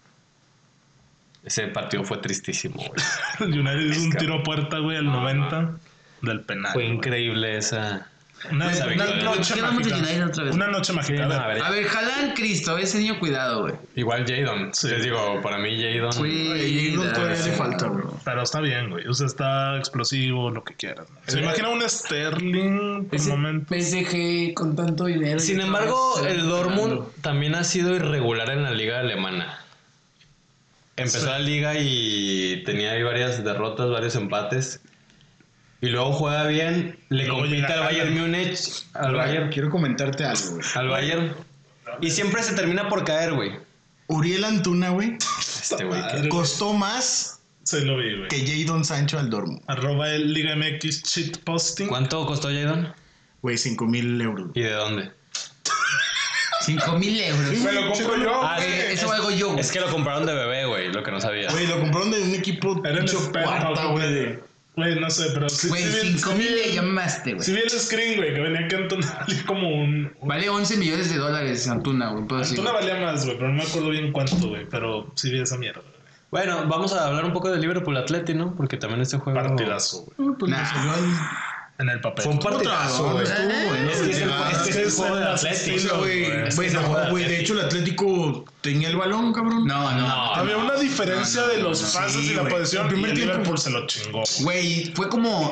Ese partido fue tristísimo, güey. El United hizo un tiro a puerta, güey, al 90 del penal. Fue güey. increíble esa. Una esa victoria. noche ¿Qué vamos de mágica. United otra vez? Una noche mágica. Sí, no, A a ver, ver. A ver, Haaland, Cristo, ese niño cuidado, güey. Igual Jadon. Sí. Les digo, para mí Jadon. Güey, no todavía le falta, güey. pero está bien, güey. O sea, está explosivo, lo que quieras. ¿no? ¿Se Eh, imagina un Sterling por Ese momento? PSG con tanto dinero. Sin y embargo, todo, el está Dortmund ganando. también ha sido irregular en la liga alemana. Empezó Sí. la liga y tenía ahí varias derrotas, varios empates. Y luego juega bien, le Luego compite llega al Bayern Haaland. Múnich, al Bayern, Quiero comentarte algo, güey. al Bayern. Y siempre se termina por caer, güey. Uriel Antuna, güey, Este güey. que- costó más Se lo vi, güey. que Jadon Sancho al Dortmund. Arroba el Liga MX cheat posting. ¿Cuánto costó Jadon? Güey, 5,000 euros. ¿Y de dónde? 5,000 euros. Me lo compro yo. Ah, güey. Eso algo yo, güey. Es que lo compraron de bebé, güey, lo que no sabía. Güey, lo compraron de un equipo Era el pinche experto, cuarta, güey. güey. Güey, no sé, pero sí. Güey, sí vi- 5,000 sí vi- le llamaste, güey. Sí vi el screen, güey, que venía que Antuna valía como un... Vale 11 millones de dólares Antuna, güey. Puedo decir. Antuna valía más, güey, pero no me acuerdo bien cuánto, güey. Pero sí vi esa mierda, güey. Bueno, vamos a hablar un poco de Liverpool Atleti, ¿no? Porque también este juego... Partidazo, güey. Pues Nah. le salió al En el papel. Fue un partidazo, güey. Es el juego del Atlético, güey. De hecho, el Atlético tenía el balón, cabrón. No. Había una diferencia de los pases y la güey. posición. El primer y el tiempo Liverpool se lo chingó. Güey, fue como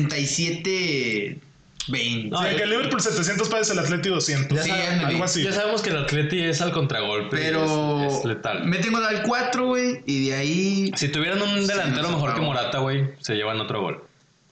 67-20. No, que el Liverpool 700 pases, el Atlético 200. Sí, algo así. Ya sabemos que el Atleti es al contragolpe. Pero es letal. meten gol al 4, güey, y de ahí Si tuvieran un delantero no se mejor que pagó. Morata, güey, se llevan otro gol.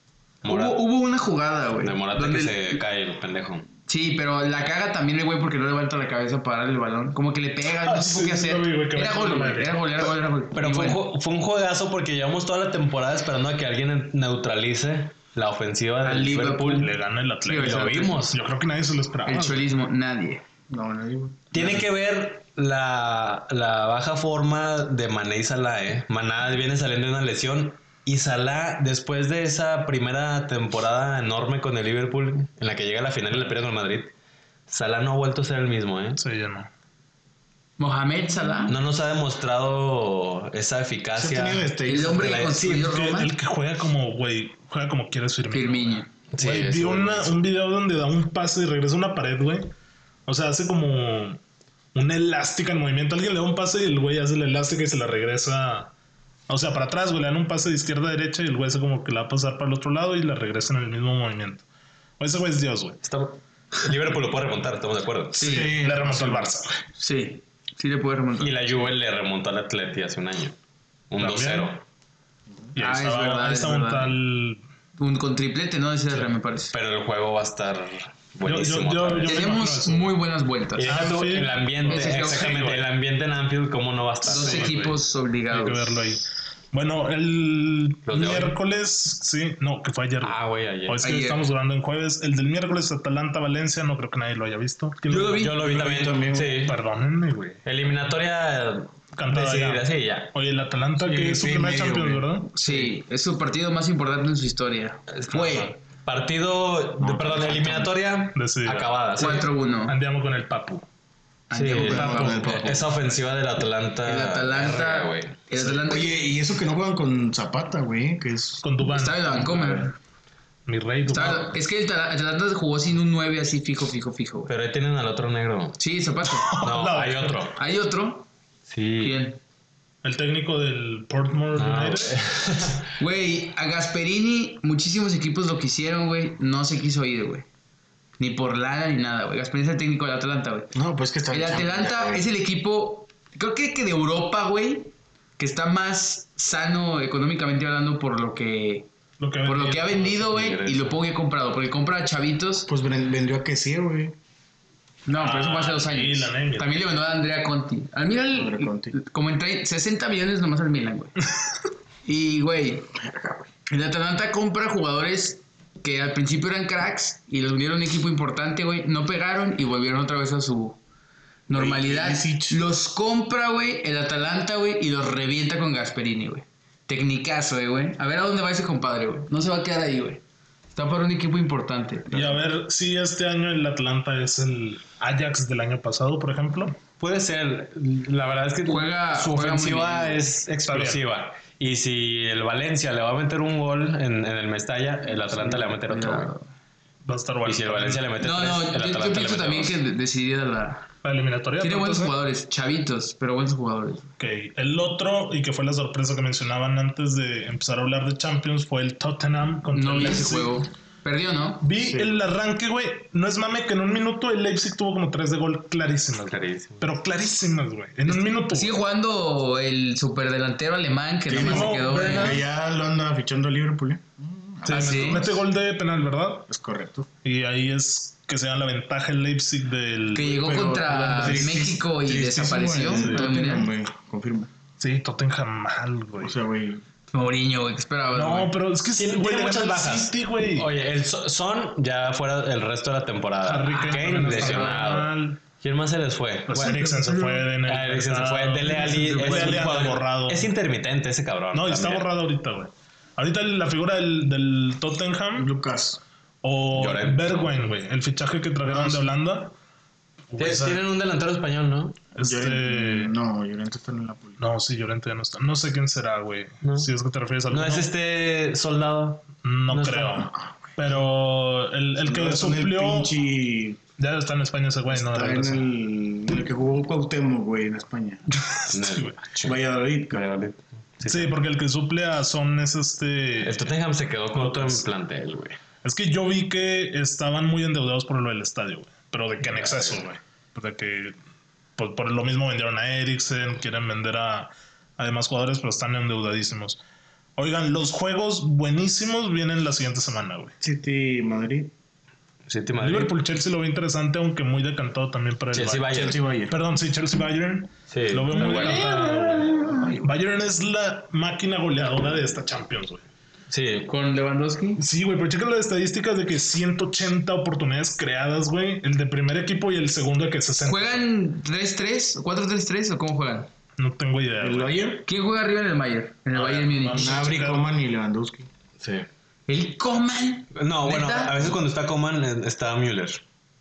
hubo una jugada, güey. De Morata donde- que se cae el pendejo. Sí, pero la caga también el güey porque no levanta la cabeza para darle el balón. Como que le pega, no sí, sé qué hacer. lo vi, güey, que Era metió gol, la güey. madre. Era gol. Pero Y fue, bueno, fue un juegazo porque llevamos toda la temporada esperando a que alguien neutralice la ofensiva Al del Liverpool. Le gana el Atlético. Sí, Lo güey, vimos. Yo creo que nadie se lo esperaba. el cholismo, nadie. No, güey. Tiene que ver la baja forma de Mané y Salah, ¿eh? Mané viene saliendo de una lesión y Salah, después de esa primera temporada enorme con el Liverpool, en la que llega a la final y le pierde con el Madrid, Salah no ha vuelto a ser el mismo, ¿eh? Sí, ya no. Mohamed Salah, No nos ha demostrado esa Se ha eficacia. tenido el hombre que construyó Que Roma, el que juega como, güey, juega como quieres Firmino. Firmino. Sí, Güey, es vi bueno. un video donde da un pase y regresa a una pared, güey. O sea, hace como una elástica en movimiento. Alguien le da un pase y el güey hace la elástica y se la regresa. O sea, para atrás, güey, le dan un pase de izquierda a derecha y el güey hace como que la va a pasar para el otro lado y la regresa en el mismo movimiento. O ese güey es Dios, güey. El Liverpool lo puede remontar, estamos de acuerdo. Sí, Le remontó al Barça, güey. sí le puede remontar. Y la Juve le remontó al Atleti hace un año. Un También. 2-0. Y ahí Ah, es estaba, verdad, ahí es estaba un verdad. tal. Con triplete, ¿no? Ese me parece. Pero el juego va a estar buenísimo. Yo- otra vez. me Tenemos imagino eso. muy buenas vueltas. Y deja tú Anfield. el ambiente, Ese creo que exactamente, sí, el ambiente en Anfield, ¿cómo no va a estar? Dos Sí, equipos Hay obligados. que verlo ahí. Bueno, el Los de hoy. miércoles, sí, no, que fue ayer. Ah, güey, ayer. O es que Ayer. estamos durando en jueves. El del miércoles, Atalanta-Valencia, no creo que nadie lo haya visto. ¿Quién Yo lo vi. Yo lo vi también. Sí. Perdónenme, güey. Eliminatoria Cantada decidida, ya. sí, ya. Oye, el Atalanta, Sí, que es su sí, primer medio, Champions, güey. ¿verdad? Sí, es su partido más importante en su historia. Fue Partido, perdón, eliminatoria Decidida. acabada. Sí. 4-1. Andiamo con el Papu. Sí, Andiamo Papu. con el Papu. esa ofensiva del Atalanta. El Atalanta, verga, güey. el Atalanta Oye, y eso que no juegan con Zapata, güey, que es... Con Dubán. estaba en la Vancomer. Mi rey Dubán. Es que el Atalanta jugó sin un 9 así fijo, güey. Pero ahí tienen al otro negro. Sí, Zapata. No, No. hay otro. Hay otro. Sí. ¿Quién? El técnico del Portmore Ah, United. Güey, a Gasperini, muchísimos equipos lo quisieron, güey. No se quiso ir, güey. Ni por lana ni nada, güey. Gasperini es el técnico del Atalanta, güey. No, pues que está... El en Champions, Atalanta güey. es el equipo, creo que de Europa, güey, que está más sano económicamente hablando por lo que ha vendido, güey, y lo poco que ha comprado. Porque compra a chavitos. Pues vendió a Kessie, güey. No, pero eso fue hace 2 años. Milan, Milan. También le vendió a Andrea Conti. Al Milan, Andrea Conti. como en 60 millones nomás al Milan, güey. Y, güey, el Atalanta compra jugadores que al principio eran cracks y los unieron a un equipo importante, güey. No pegaron y volvieron otra vez a su normalidad. Perisic. Los compra, güey, el Atalanta, güey, y los revienta con Gasperini, güey. Tecnicazo, güey. A ver a dónde va ese compadre, güey. No se va a quedar ahí, güey. Está para un equipo importante. Y a ver si este año el Atlanta es el Ajax del año pasado, por ejemplo. Puede ser. La verdad es que Juega su muy ofensiva bien. es explosiva. Y si el Valencia le va a meter un gol en el Mestalla, el Atlanta le va a meter otro. güey. Va a estar bueno. Y si el Valencia le mete No, tres, no, el yo Atalanta le pienso mete también dos. que decidida la... La eliminatoria. Tiene buenos entonces, jugadores, chavitos, pero buenos jugadores. Ok, el otro, y que fue la sorpresa que mencionaban antes de empezar a hablar de Champions, fue el Tottenham contra No el vi ese Leipzig. juego. Perdió, ¿no? Vi el arranque, güey. No es mame que en un minuto el Leipzig tuvo como 3 de gol clarísimas. güey. Clarísimo. Pero clarísimas, güey. En un minuto. Sigue jugando el superdelantero alemán que Sí, nomás no, se quedó venga. en... Que ya lo anda fichando a Liverpool, ¿eh? Sí, Ah, sí. mete gol de penal, ¿verdad? Es correcto. Y ahí es que se da la ventaja el Leipzig del... Que llegó Pero, contra sí, México y tristísimo, desapareció. güey. todo el Tottenham, mundial. güey. Confirma. Sí, Tottenham mal, güey. O sea, güey. Mourinho, güey, ¿qué esperabas, No, güey? pero es que Tiene, güey, tiene le muchas gana al bajas. City, güey. Oye, el Son ya fuera el resto de la temporada. Harry Kane Kane también está lesionado. mal. ¿Quién más se les fue? Pues Bueno, Eriksen se fue en el... Eriksen se fue. Dele Alli Dele es un Alli anda jugador borrado. Es intermitente ese cabrón. No, y está también. borrado ahorita, güey. Ahorita la figura del Tottenham Lucas. o Llorente. Bergwijn, güey. El fichaje que trajeron de Holanda. Güey, Tienen un delantero español, ¿no? No, Llorente está en la poli. No, sí, Llorente ya no está. No sé quién será, güey. No. Si es que te refieres a No alguno. es este soldado. No no creo. está. Pero el que suplió... pinche... Ya está en España ese güey, ¿no? Está en el que jugó Cuauhtémoc, güey, en España. Valladolid. Sí, porque el que suple a Son es El Tottenham se quedó corto en plantel, güey. Es que yo vi que estaban muy endeudados por lo del estadio, güey. Pero de que en exceso, güey. De que por lo mismo vendieron a Eriksen, quieren vender a demás jugadores, pero están endeudadísimos. Oigan, los juegos buenísimos vienen la siguiente semana, güey. City Madrid. Liverpool-Chelsea lo veo interesante, aunque muy decantado también para el Chelsea-Bayern. Perdón, sí, Chelsea-Bayern. Sí, lo veo muy bueno. decantado. Bayern es la máquina goleadora de esta Champions, güey. Sí. ¿Con Lewandowski? Sí, güey, pero checa las estadísticas de que 180 oportunidades creadas, güey. El de primer equipo y el segundo de que 60. ¿Juegan 3-3? ¿4-3-3 o cómo juegan? No tengo idea. ¿El Bayern? ¿Quién juega arriba en el Bayern? En el Bayern Múnich. Gnabry, Coman y Lewandowski. Sí. ¿El Coman? No, bueno, ¿Neta? a veces cuando está Coman está Müller.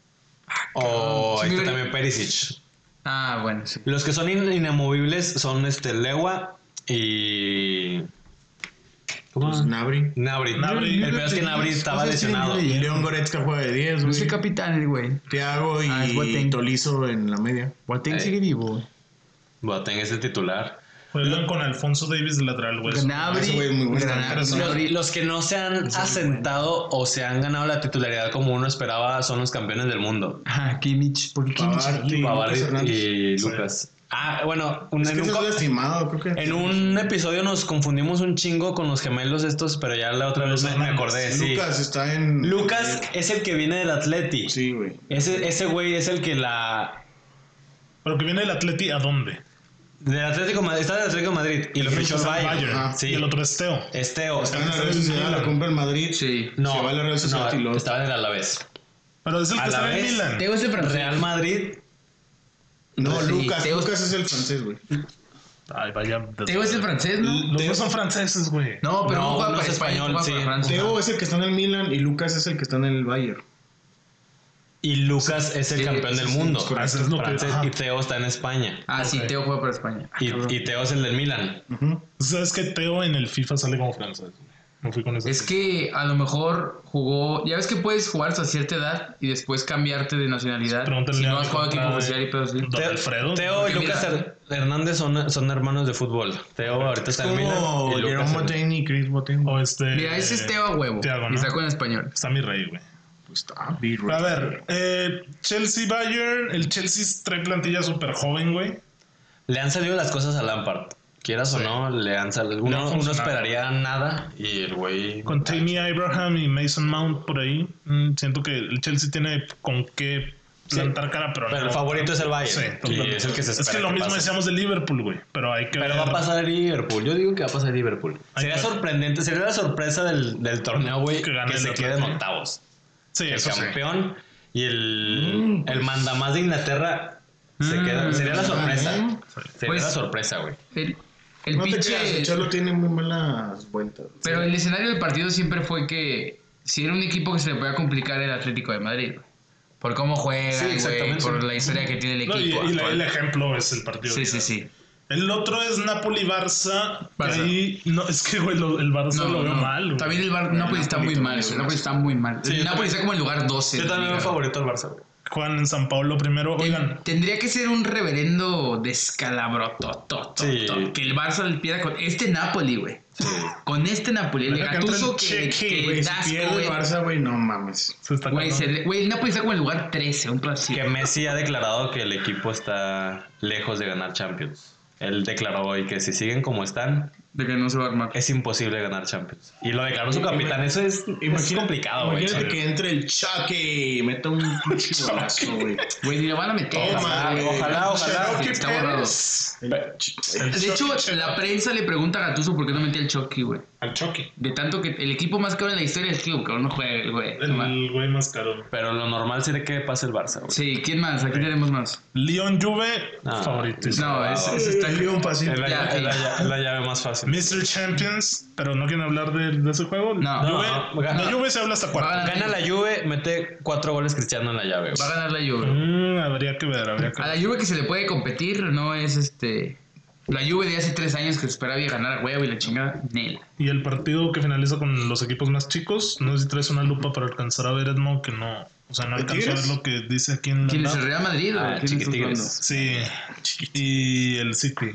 O Sí, está Müller. también Perisic. Ah, bueno, sí. Los que son inamovibles son Lewa y... ¿Cómo? Pues Gnabry. Gnabry. Gnabry. El peor es que Gnabry estaba Cosas lesionado. tiene- León Goretzka juega de 10, No es el güey. capitán, el güey. Thiago Ah, es y Boateng. Tolizo en la media. Boateng sigue vivo, güey. Boateng es el titular. Juegan con Alfonso Davies de lateral, güey. Gnabry. Ese güey es muy bueno. Gnabry. Los que no se han asentado o se han ganado la titularidad como uno esperaba son los campeones del mundo. Ajá, Kimmich. ¿Por qué Kimmich? Pavard y Pavard Lucas Hernández. y Sí. Lucas. Ah, bueno, Es que está lastimado, creo que. en un episodio nos confundimos un chingo con los gemelos estos, pero ya la otra vez me acordé. Sí. Lucas está en. Lucas es el que viene del Atleti. Sí, güey. Ese güey es el que la... Pero que viene el Atleti, ¿a dónde? Del Atlético Madrid, está del Atlético de Madrid y lo fichó el Bayern. Ajá. Sí. Y el otro es Teo. Es Teo. Está en la Real Sociedad, la compra en Madrid. Sí. No, Se va a la Real Sociedad y no, luego. estaba en el Alavés. Pero es el que está en el Alavés. Milan. Teo es el francés. Real Madrid. No, Sí, Lucas. Teo- Lucas es el francés, güey. Ay, vaya. Teo es el francés, ¿no? Los dos son franceses, güey. No, pero No, no juega uno para es España, español, juega sí. para Francia. Teo es el que está en el Milan y Lucas es el que está en el Bayern. Y Lucas es el Sí, campeón del sí, mundo. es correcto. Eso es lo que- Francés, ajá. y Teo está en España. Ah, sí, Ok. Teo juega para España. Y Teo es el del Milan. ¿Sabes que Teo en el FIFA sale como francés? No fui con eso. Es que a lo mejor jugó. Ya ves que puedes jugar hasta cierta edad y después cambiarte de nacionalidad. Pregúntale Si a no mi has jugado equipo compadre, oficial y pedos así. Don Alfredo. Teo y Porque Lucas mira- Hernández son hermanos de fútbol. Teo ahorita está en el Milan. Como Y Lucas Jerome Boateng y Chris Boateng. O Mira, ese es Teo a huevo. Thiago, Y ¿no? está con español. Está mi rey, güey. Pues está bien, A ver, Chelsea-Bayern. El Chelsea trae plantilla súper joven, güey. Le han salido las cosas a Lampard. Quieras o no, le han salido. Le ha Uno funcionado. esperaría nada y el güey. Con Tammy Abraham y Mason Mount por ahí. Siento que el Chelsea tiene con qué plantar cara, pero Pero no. el favorito es el Bayern. Sí, y totalmente. es el que se espera. Es que lo mismo pase. decíamos de Liverpool, güey. Pero hay que Pero ver. va a pasar el Liverpool. Yo digo que va a pasar el Liverpool. Hay Sería que- sorprendente. Sería la sorpresa del torneo, güey. Que gane Que el se quede en Atlético. octavos. Sí, El eso sí. campeón y el mandamás de Inglaterra se queda. Sería la sorpresa. Sería Pues- la sorpresa, güey. El No te pinche. creas, el Cholo tiene muy malas vueltas. Pero el escenario del partido siempre fue que si era un equipo que se le podía complicar el Atlético de Madrid. Güey. Por cómo juega, Sí, güey, exactamente. por la historia que tiene el No, equipo. y el actual. ejemplo es el partido. Sí, de sí, ida. sí. El otro es Napoli-Barça. Barça. Ahí, no, es que, güey, el Barça lo veo mal. güey. También el Napoli está muy mal, güey. El Napoli está muy mal. Sí, el yo Napoli también- está como en lugar 12. Yo de también liga, veo favorito al Barça, güey. Juegan en San Paulo primero. Oigan, Tendría que ser un reverendo descalabroto. Sí. Que el Barça le pierda con este Napoli, güey. Con este Napoli. El Deja que entre Gattuso el Chequi, que Güey, si das, pierde güey. el Barça, güey, no mames. se está Güey, cabrón. güey, el Napoli está como en lugar 13, un así. Que Messi ha declarado que el equipo está lejos de ganar Champions. Él declaró hoy que si siguen como están, De que no se va a armar. es imposible ganar Champions. Y lo declaró su capitán. Eso es complicado, güey. Imagínate que entre el Chucky y meta un pinche golazo, güey. Güey, ni lo van a meter. Toma, güey. güey. ojalá. Chucky Está borrado. Pérez. De hecho, la prensa le pregunta a Gattuso por qué no metía el Chucky, güey. Al Chucky. De tanto que el equipo más caro en la historia es que no juega, güey. El güey más caro. Pero lo normal sería que pase el Barça, güey. Sí, ¿quién más? Aquí tenemos más. Lyon Juve, No. favoritísimo. No, ese está El León fácil. Es Ya, la llave más fácil. Mr. Champions, pero no quieren hablar de ese juego. No. Juve, gana. de Juve se habla hasta Va a cuarto. ganar. Gana la Juve, mete 4 goles Cristiano en la llave, Va a güey. ganar la Juve. Habría que ver, A la Juve que se le puede competir no es La Juve de hace 3 años que esperaba y ganar a huevo y la chingada, Nel. Y el partido que finaliza con los equipos más chicos, no sé si traes una lupa para alcanzar a ver, Edmond, que no... O sea, no alcanzó a ver lo que dice aquí en la... ¿Quién es el Real Madrid? Chiquitigres. Sí. Y el City.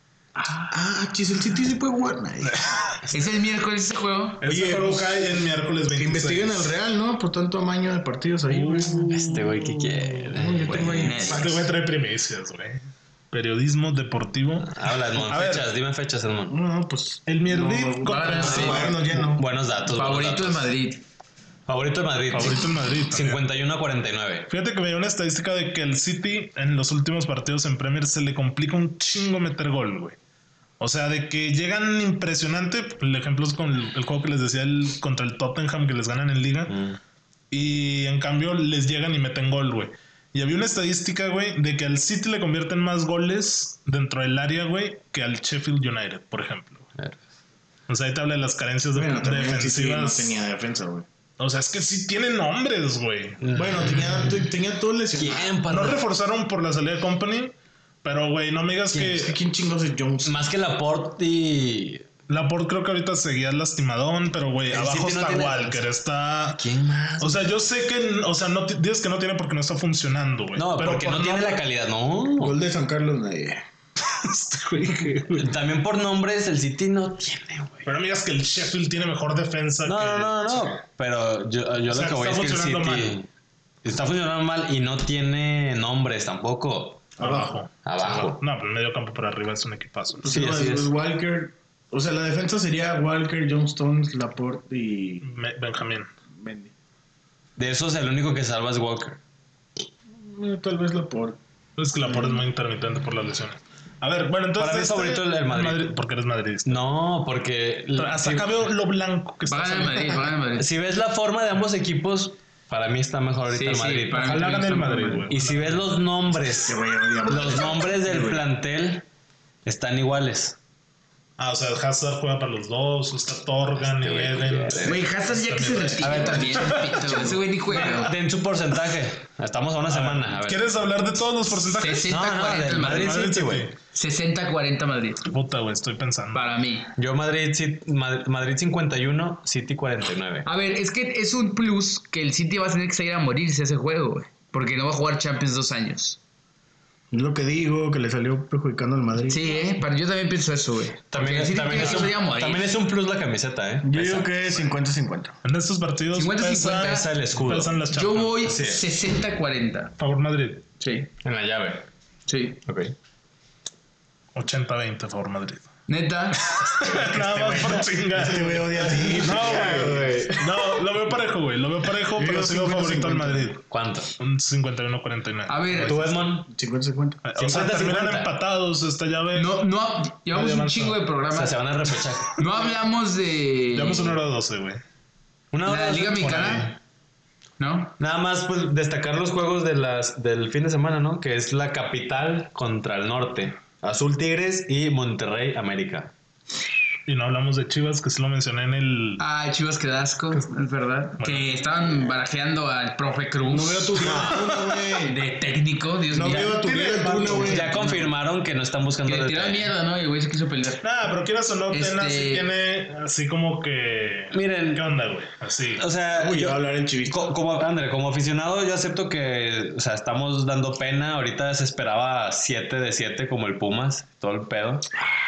Chis, el City sí puede jugar. ¿Es el miércoles ese juego? Ese juego cae el miércoles 26. Que investiguen al Real, ¿no? Por tanto amaño de partidos ahí, güey. Este güey que quiere. Este güey trae primicias, güey. Periodismo deportivo. Habla, Edmond. Dime fechas, Edmond. No, pues... El Madrid contra... Bueno, ya no. Buenos datos. Favorito de Madrid. Favorito de Madrid. Favorito en Madrid. 51-49. Fíjate que me dio una estadística de que el City en los últimos partidos en Premier se le complica un chingo meter gol, güey. O sea, de que llegan impresionante. El ejemplo es con el juego que les decía contra el Tottenham que les ganan en Liga. Y en cambio les llegan y meten gol, güey. Y había una estadística, güey, de que al City le convierten más goles dentro del área, güey, que al Sheffield United, por ejemplo. O sea, ahí te habla de las carencias defensivas. No tenía defensa, güey. O sea, es que sí tienen nombres, güey. Bueno, tenía todo lesionado. No reforzaron por la salida de Company, pero, güey, no me digas que... Es que ¿quién chingos es Jones? Más que Laporte y... Laporte creo que ahorita seguía lastimadón, pero, güey, abajo está Walker, está... ¿Quién más? O sea, yo sé que... O sea, no dices que no tiene porque no está funcionando, güey. No, pero porque no tiene la calidad, no. Gol de San Carlos, nadie. También por nombres el City no tiene, güey. Pero no me digas que el Sheffield tiene mejor defensa que... No. Pero yo lo que voy es que el City... Está funcionando mal y no tiene nombres tampoco. Abajo. No, pero el medio campo por arriba es un equipazo. Sí, así es. Walker... O sea, la defensa sería Walker, John Stones, Laporte y... Benjamín. Mendy. De esos el único que salva es Walker. Tal vez Laporte. Es que Laporte es muy intermitente por las lesiones. A ver, bueno, entonces... Para mí es favorito el Madrid. Porque eres madridista. No, porque... Hasta acá veo lo blanco que está. Va a ganar el Madrid. Si ves la forma de ambos equipos, para mí está mejor ahorita el Madrid. Ojalá gane el Madrid, güey. Y si ves los nombres, los nombres del plantel están iguales. O sea, Hazard juega para los dos, está Torgan y Eden. Güey, Hazard ya que se retira también. Ese güey ni juega. Den su porcentaje. Estamos a una semana. A ver. ¿Quieres hablar de todos los porcentajes? 60-40 del Madrid City, güey. 60-40 Madrid. Puta, güey, estoy pensando. Para mí. Yo Madrid 51, City 49. A ver, es que es un plus que el City va a tener que salir a morirse ese juego, güey. Porque no va a jugar Champions 2 años. Es lo que digo, que le salió perjudicando al Madrid. Sí, pero yo también pienso eso, güey. También es un plus la camiseta, ¿eh? Yo digo que 50-50. En estos partidos 50-50 pesa el escudo. pesan las Yo chapas. voy 60-40. Favor Madrid. Sí. En la llave. Sí. Ok. 80-20 favor Madrid. Neta. Nada más por chingar. Este güey odia a ti. No, güey. No, lo veo parejo, güey. Lo veo parejo, pero sí veo favorito al Madrid. ¿Cuánto? Un 51-49. A ver. ¿Tú, Edmond? 50-50. O sea, 50-50. terminan empatados esta llave. No, llevamos un chingo de O sea, programas. se van a repechar. No hablamos de... Llevamos 1 hora 12, güey. Una hora la Liga por Mexicana. ¿No? Nada más pues destacar los juegos del fin de semana, ¿no? Que es la capital contra el norte. Azul Tigres y Monterrey América. Y no hablamos de Chivas, que sí lo mencioné en el... Chivas Quedasco, es verdad. Bueno. Que estaban barajeando al profe Cruz. No veo a tu güey. De técnico, Dios mío. No veo a tu güey. Ya confirmaron que no están buscando... Que tiraron mierda, ¿no? Y el güey se quiso pelear. Pero quieras o no, Tena sí tiene así como que... Miren... ¿Qué onda, güey? Así. O sea... Yo voy a hablar en chivista. Como aficionado, yo acepto que... O sea, estamos dando pena. Ahorita se esperaba 7 de 7 como el Pumas. Todo el pedo.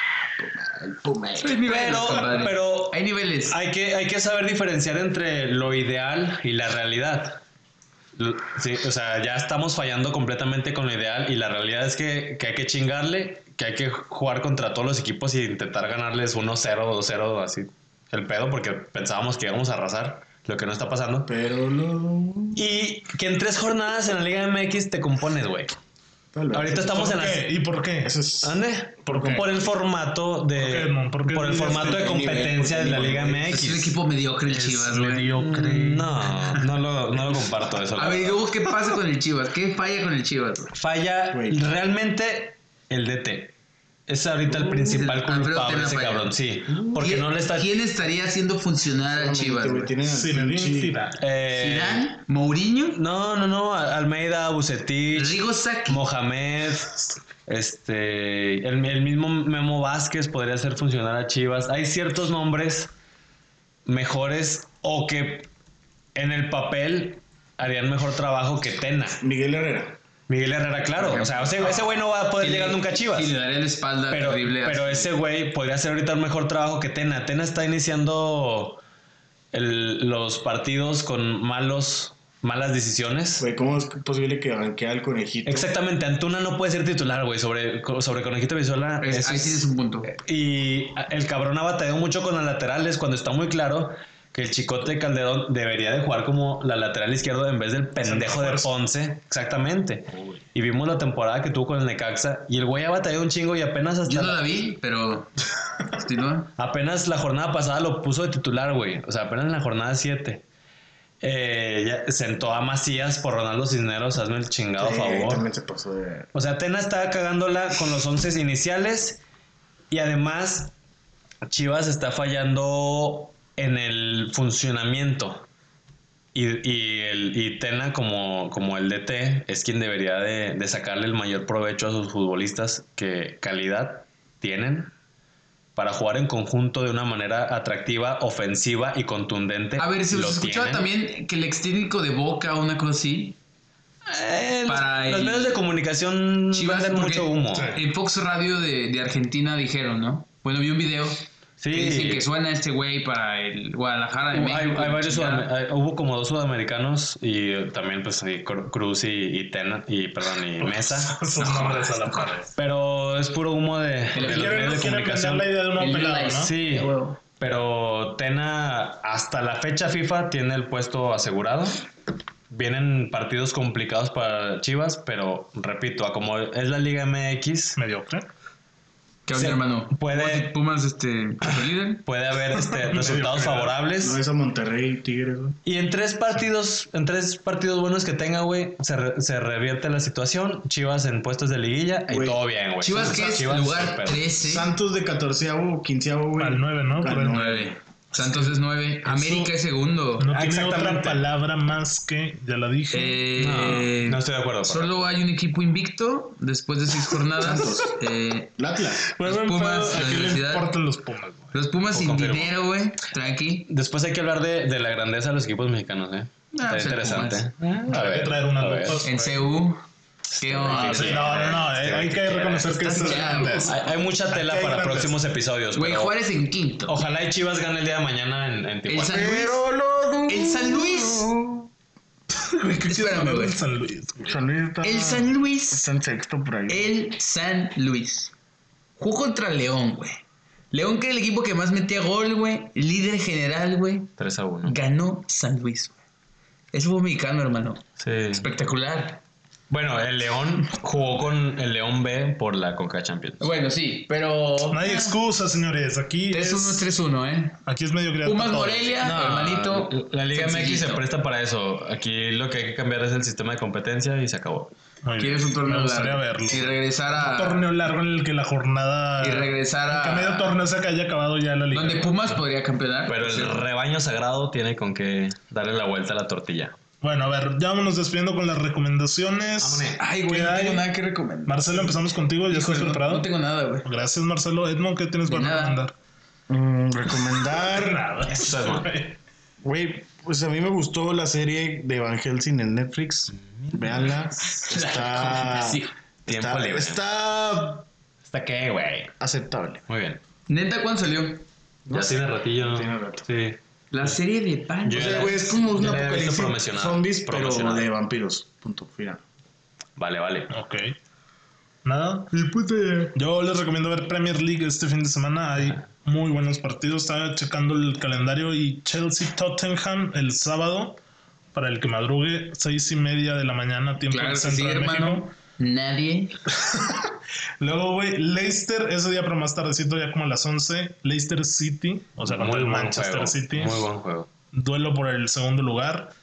Pero hay niveles. Hay que saber diferenciar entre lo ideal y la realidad. Sí, o sea, ya estamos fallando completamente con lo ideal y la realidad es que hay que chingarle, que hay que jugar contra todos los equipos y intentar ganarles 1-0, 2-0, así el pedo, porque pensábamos que íbamos a arrasar, lo que no está pasando. Pero no. Y que en 3 jornadas en la Liga MX te compones, güey. Ahorita estamos en la... ¿Y por qué? ¿Dónde? Por el formato de... Por el formato de competencia de la Liga MX. Es un equipo mediocre el Chivas, güey. Mediocre. No lo comparto eso. A ver, ¿y luego qué pasa con el Chivas? ¿Qué falla con el Chivas, güey? Falla realmente el DT. Es ahorita el principal culpable ese cabrón, sí. Porque no le está... ¿Quién estaría haciendo funcionar a Chivas, güey? Zinedine Zidane. ¿Zidane? ¿Mourinho? No. Almeida, Bucetich, Rigo Saki. Mohamed, el mismo Memo Vázquez podría hacer funcionar a Chivas. Hay ciertos nombres mejores o que en el papel harían mejor trabajo que Tena. Miguel Herrera, claro. O sea, ese güey no va a poder llegar nunca a Chivas. Y le daría la espalda terrible. Pero ese güey podría hacer ahorita un mejor trabajo que Tena. Tena está iniciando los partidos con malas decisiones. Güey, ¿cómo es posible que banquee al Conejito? Exactamente. Antuna no puede ser titular, güey. Sobre Conejito Brizuela. Ahí tienes un punto. Y el cabrón ha batallado mucho con las laterales cuando está muy claro que el Chicote Calderón debería de jugar como la lateral izquierdo en vez del pendejo de Ponce. Exactamente. Y vimos la temporada que tuvo con el Necaxa y el güey ha batallado un chingo y apenas hasta... Yo no la vi, pero... Apenas la jornada pasada lo puso de titular, güey. O sea, apenas en la jornada 7. Ya sentó a Macías por Ronaldo Cisneros. Hazme el chingado favor. También se pasó de... O sea, Tena está cagándola con los 11 iniciales y además Chivas está fallando en el funcionamiento y Tena como el DT es quien debería de sacarle el mayor provecho a sus futbolistas que calidad tienen para jugar en conjunto de una manera atractiva, ofensiva y contundente. A ver, se escuchaba también que el ex técnico de Boca o una cosa así. Los medios de comunicación venden mucho humo. En Fox Radio de Argentina dijeron, ¿no? Bueno, vi un video. Sí. Que dicen que suena este güey para el Guadalajara de México. Hay varios hubo como 2 sudamericanos y también pues Cruz y Tena y Mesa. Son nombres a la par. Pero es puro humo de los medios de comunicación. La idea de un pelado, ¿no? Sí, pero Tena hasta la fecha FIFA tiene el puesto asegurado. Vienen partidos complicados para Chivas, pero repito, a como es la Liga MX mediocre. ¿Qué onda, hermano? Pumas líder. Puede haber resultados favorables. No es a Monterrey, Tigres, güey. Y en tres partidos buenos que tenga, güey, se revierte la situación. Chivas en puestos de liguilla y todo bien, güey. Chivas que es lugar 13. Santos de 14º o 15º, güey. Al 9, ¿no? Al 9. Santos es 9. América es segundo. No tiene otra palabra más que, ya la dije. No estoy de acuerdo. Solo hay un equipo invicto después de 6 jornadas. El Atlas. Los Pumas, ¿a quién le importan los Pumas, güey? Los Pumas sin dinero, güey. Tranqui. Después hay que hablar de la grandeza de los equipos mexicanos, Está interesante. Hay que traer una en CU. ¿Qué onda? No. Hay que reconocer que es hay mucha tela para próximos episodios. Güey, Juárez en quinto. Ojalá y Chivas gane el día de mañana en Tijuana. El San Luis. Espérame, güey. El San Luis. El San Luis. Está en sexto por ahí. El San Luis. Jugó contra León, güey. León, que era el equipo que más metía gol, güey. Líder general, güey. 3-1. Ganó San Luis, güey. Es fútbol mexicano, hermano. Sí. Espectacular. Bueno, el León jugó con el León B por la Conca Champions. Bueno, sí, pero... No hay excusa, señores. Aquí 3-1 es 3-1, Aquí es medio creativo. Pumas Morelia, hermanito. La Liga MX se presta para eso. Aquí lo que hay que cambiar es el sistema de competencia y se acabó. ¿Quieres un torneo largo? Verlo. Y regresar a... Un torneo largo en el que la jornada... Y regresar a... Que medio torneo se haya acabado ya la liga. Donde Pumas podría campeonar. Pero el rebaño sagrado tiene con que darle la vuelta a la tortilla. Bueno, a ver, ya vámonos despidiendo con las recomendaciones. Vámonos. Ay, güey, no tengo nada que recomendar. Marcelo, empezamos contigo. ¿Ya estás preparado? No tengo nada, güey. Gracias, Marcelo. Edmond, ¿qué tienes para recomendar? Recomendar... Nada. Güey, pues a mí me gustó la serie de Van Helsing en Netflix. Véanla. Tiempo libre. Está qué, güey. aceptable. Muy bien. ¿Neta cuándo salió? Ya tiene ratillo. Tiene rato. Sí. La serie de Pan. O sea, güey, es como un apocalipsis promocionado. zombies, pero de vampiros. Punto. Final. Vale. Ok. ¿Nada? Yo les recomiendo ver Premier League este fin de semana. Hay muy buenos partidos. Estaba checando el calendario y Chelsea-Tottenham el sábado. Para el que madrugue, 6:30 de la mañana, tiempo del centro de México. Nadie. Luego, güey, Leicester, ese día, pero más tardecito, ya como a las 11. Leicester City, o sea, contra el Manchester City. Muy buen juego. Duelo por el segundo lugar.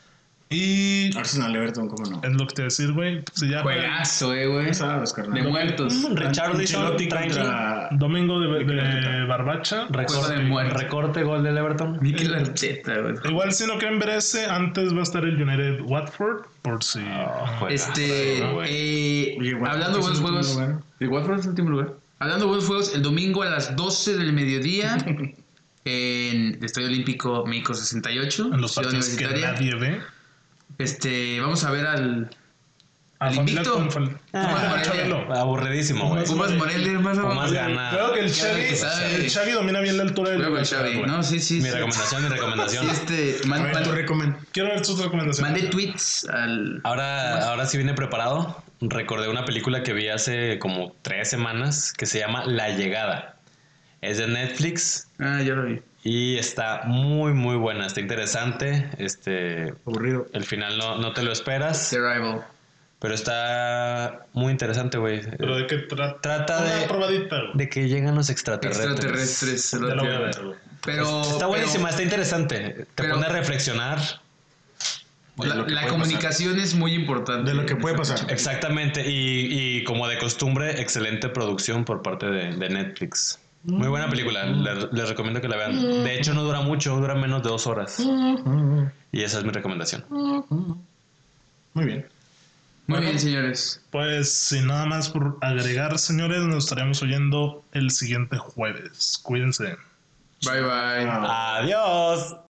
Y Arsenal Everton, ¿cómo no? es lo que te voy a decir, güey. Si ya Juegazo, güey. Sabes, carnal. De muertos. Richarlison, Ancelotti tranqui. contra- domingo de barbacha. Juego de muertos. Recorte, gol del Everton. Mikel Arteta, güey. Igual si no quieren ver ese, antes va a estar el United Watford, por si... Juegazo, Oye, Watford Hablando de es buenos el último juegos. lugar. El Watford es el último lugar. Hablando de buenos juegos, el domingo a las 12 del mediodía en el Estadio Olímpico México 68, en los Ciudad partidos que Universitaria. nadie ve. Vamos a ver al invicto. Pumas Chabelo. Aburridísimo, güey. Pumas Morelia, hermano. Pumas gana. Creo que el que sabe. Xavi domina bien la altura del Luego el lugar, Xavi, güey. ¿no? Sí. Mi recomendación. Sí, A ver, tu recomendación. Quiero ver tus recomendaciones. mandé tweets al... Ahora sí vine preparado. Recordé una película que vi hace como 3 semanas que se llama La Llegada. Es de Netflix Ah, ya lo vi. y está muy, muy buena. Está interesante. Aburrido. El final no te lo esperas, The Rival. pero está muy interesante, güey. ¿Pero de qué trata? Trata Una probadita, güey. de que llegan los extraterrestres. Ya lo voy a ver, güey. Pero... Está buenísima, está interesante. Te pero- pone a reflexionar. La comunicación es muy importante. De lo que puede pasar. Exactamente, y como de costumbre, excelente producción por parte de Netflix. Muy buena película, les recomiendo que la vean. De hecho, no dura mucho, dura menos de 2 horas. Y esa es mi recomendación. Muy bien. Muy bien, señores. Pues sin nada más por agregar, señores, nos estaremos oyendo el siguiente jueves. Cuídense. Bye, bye. Adiós.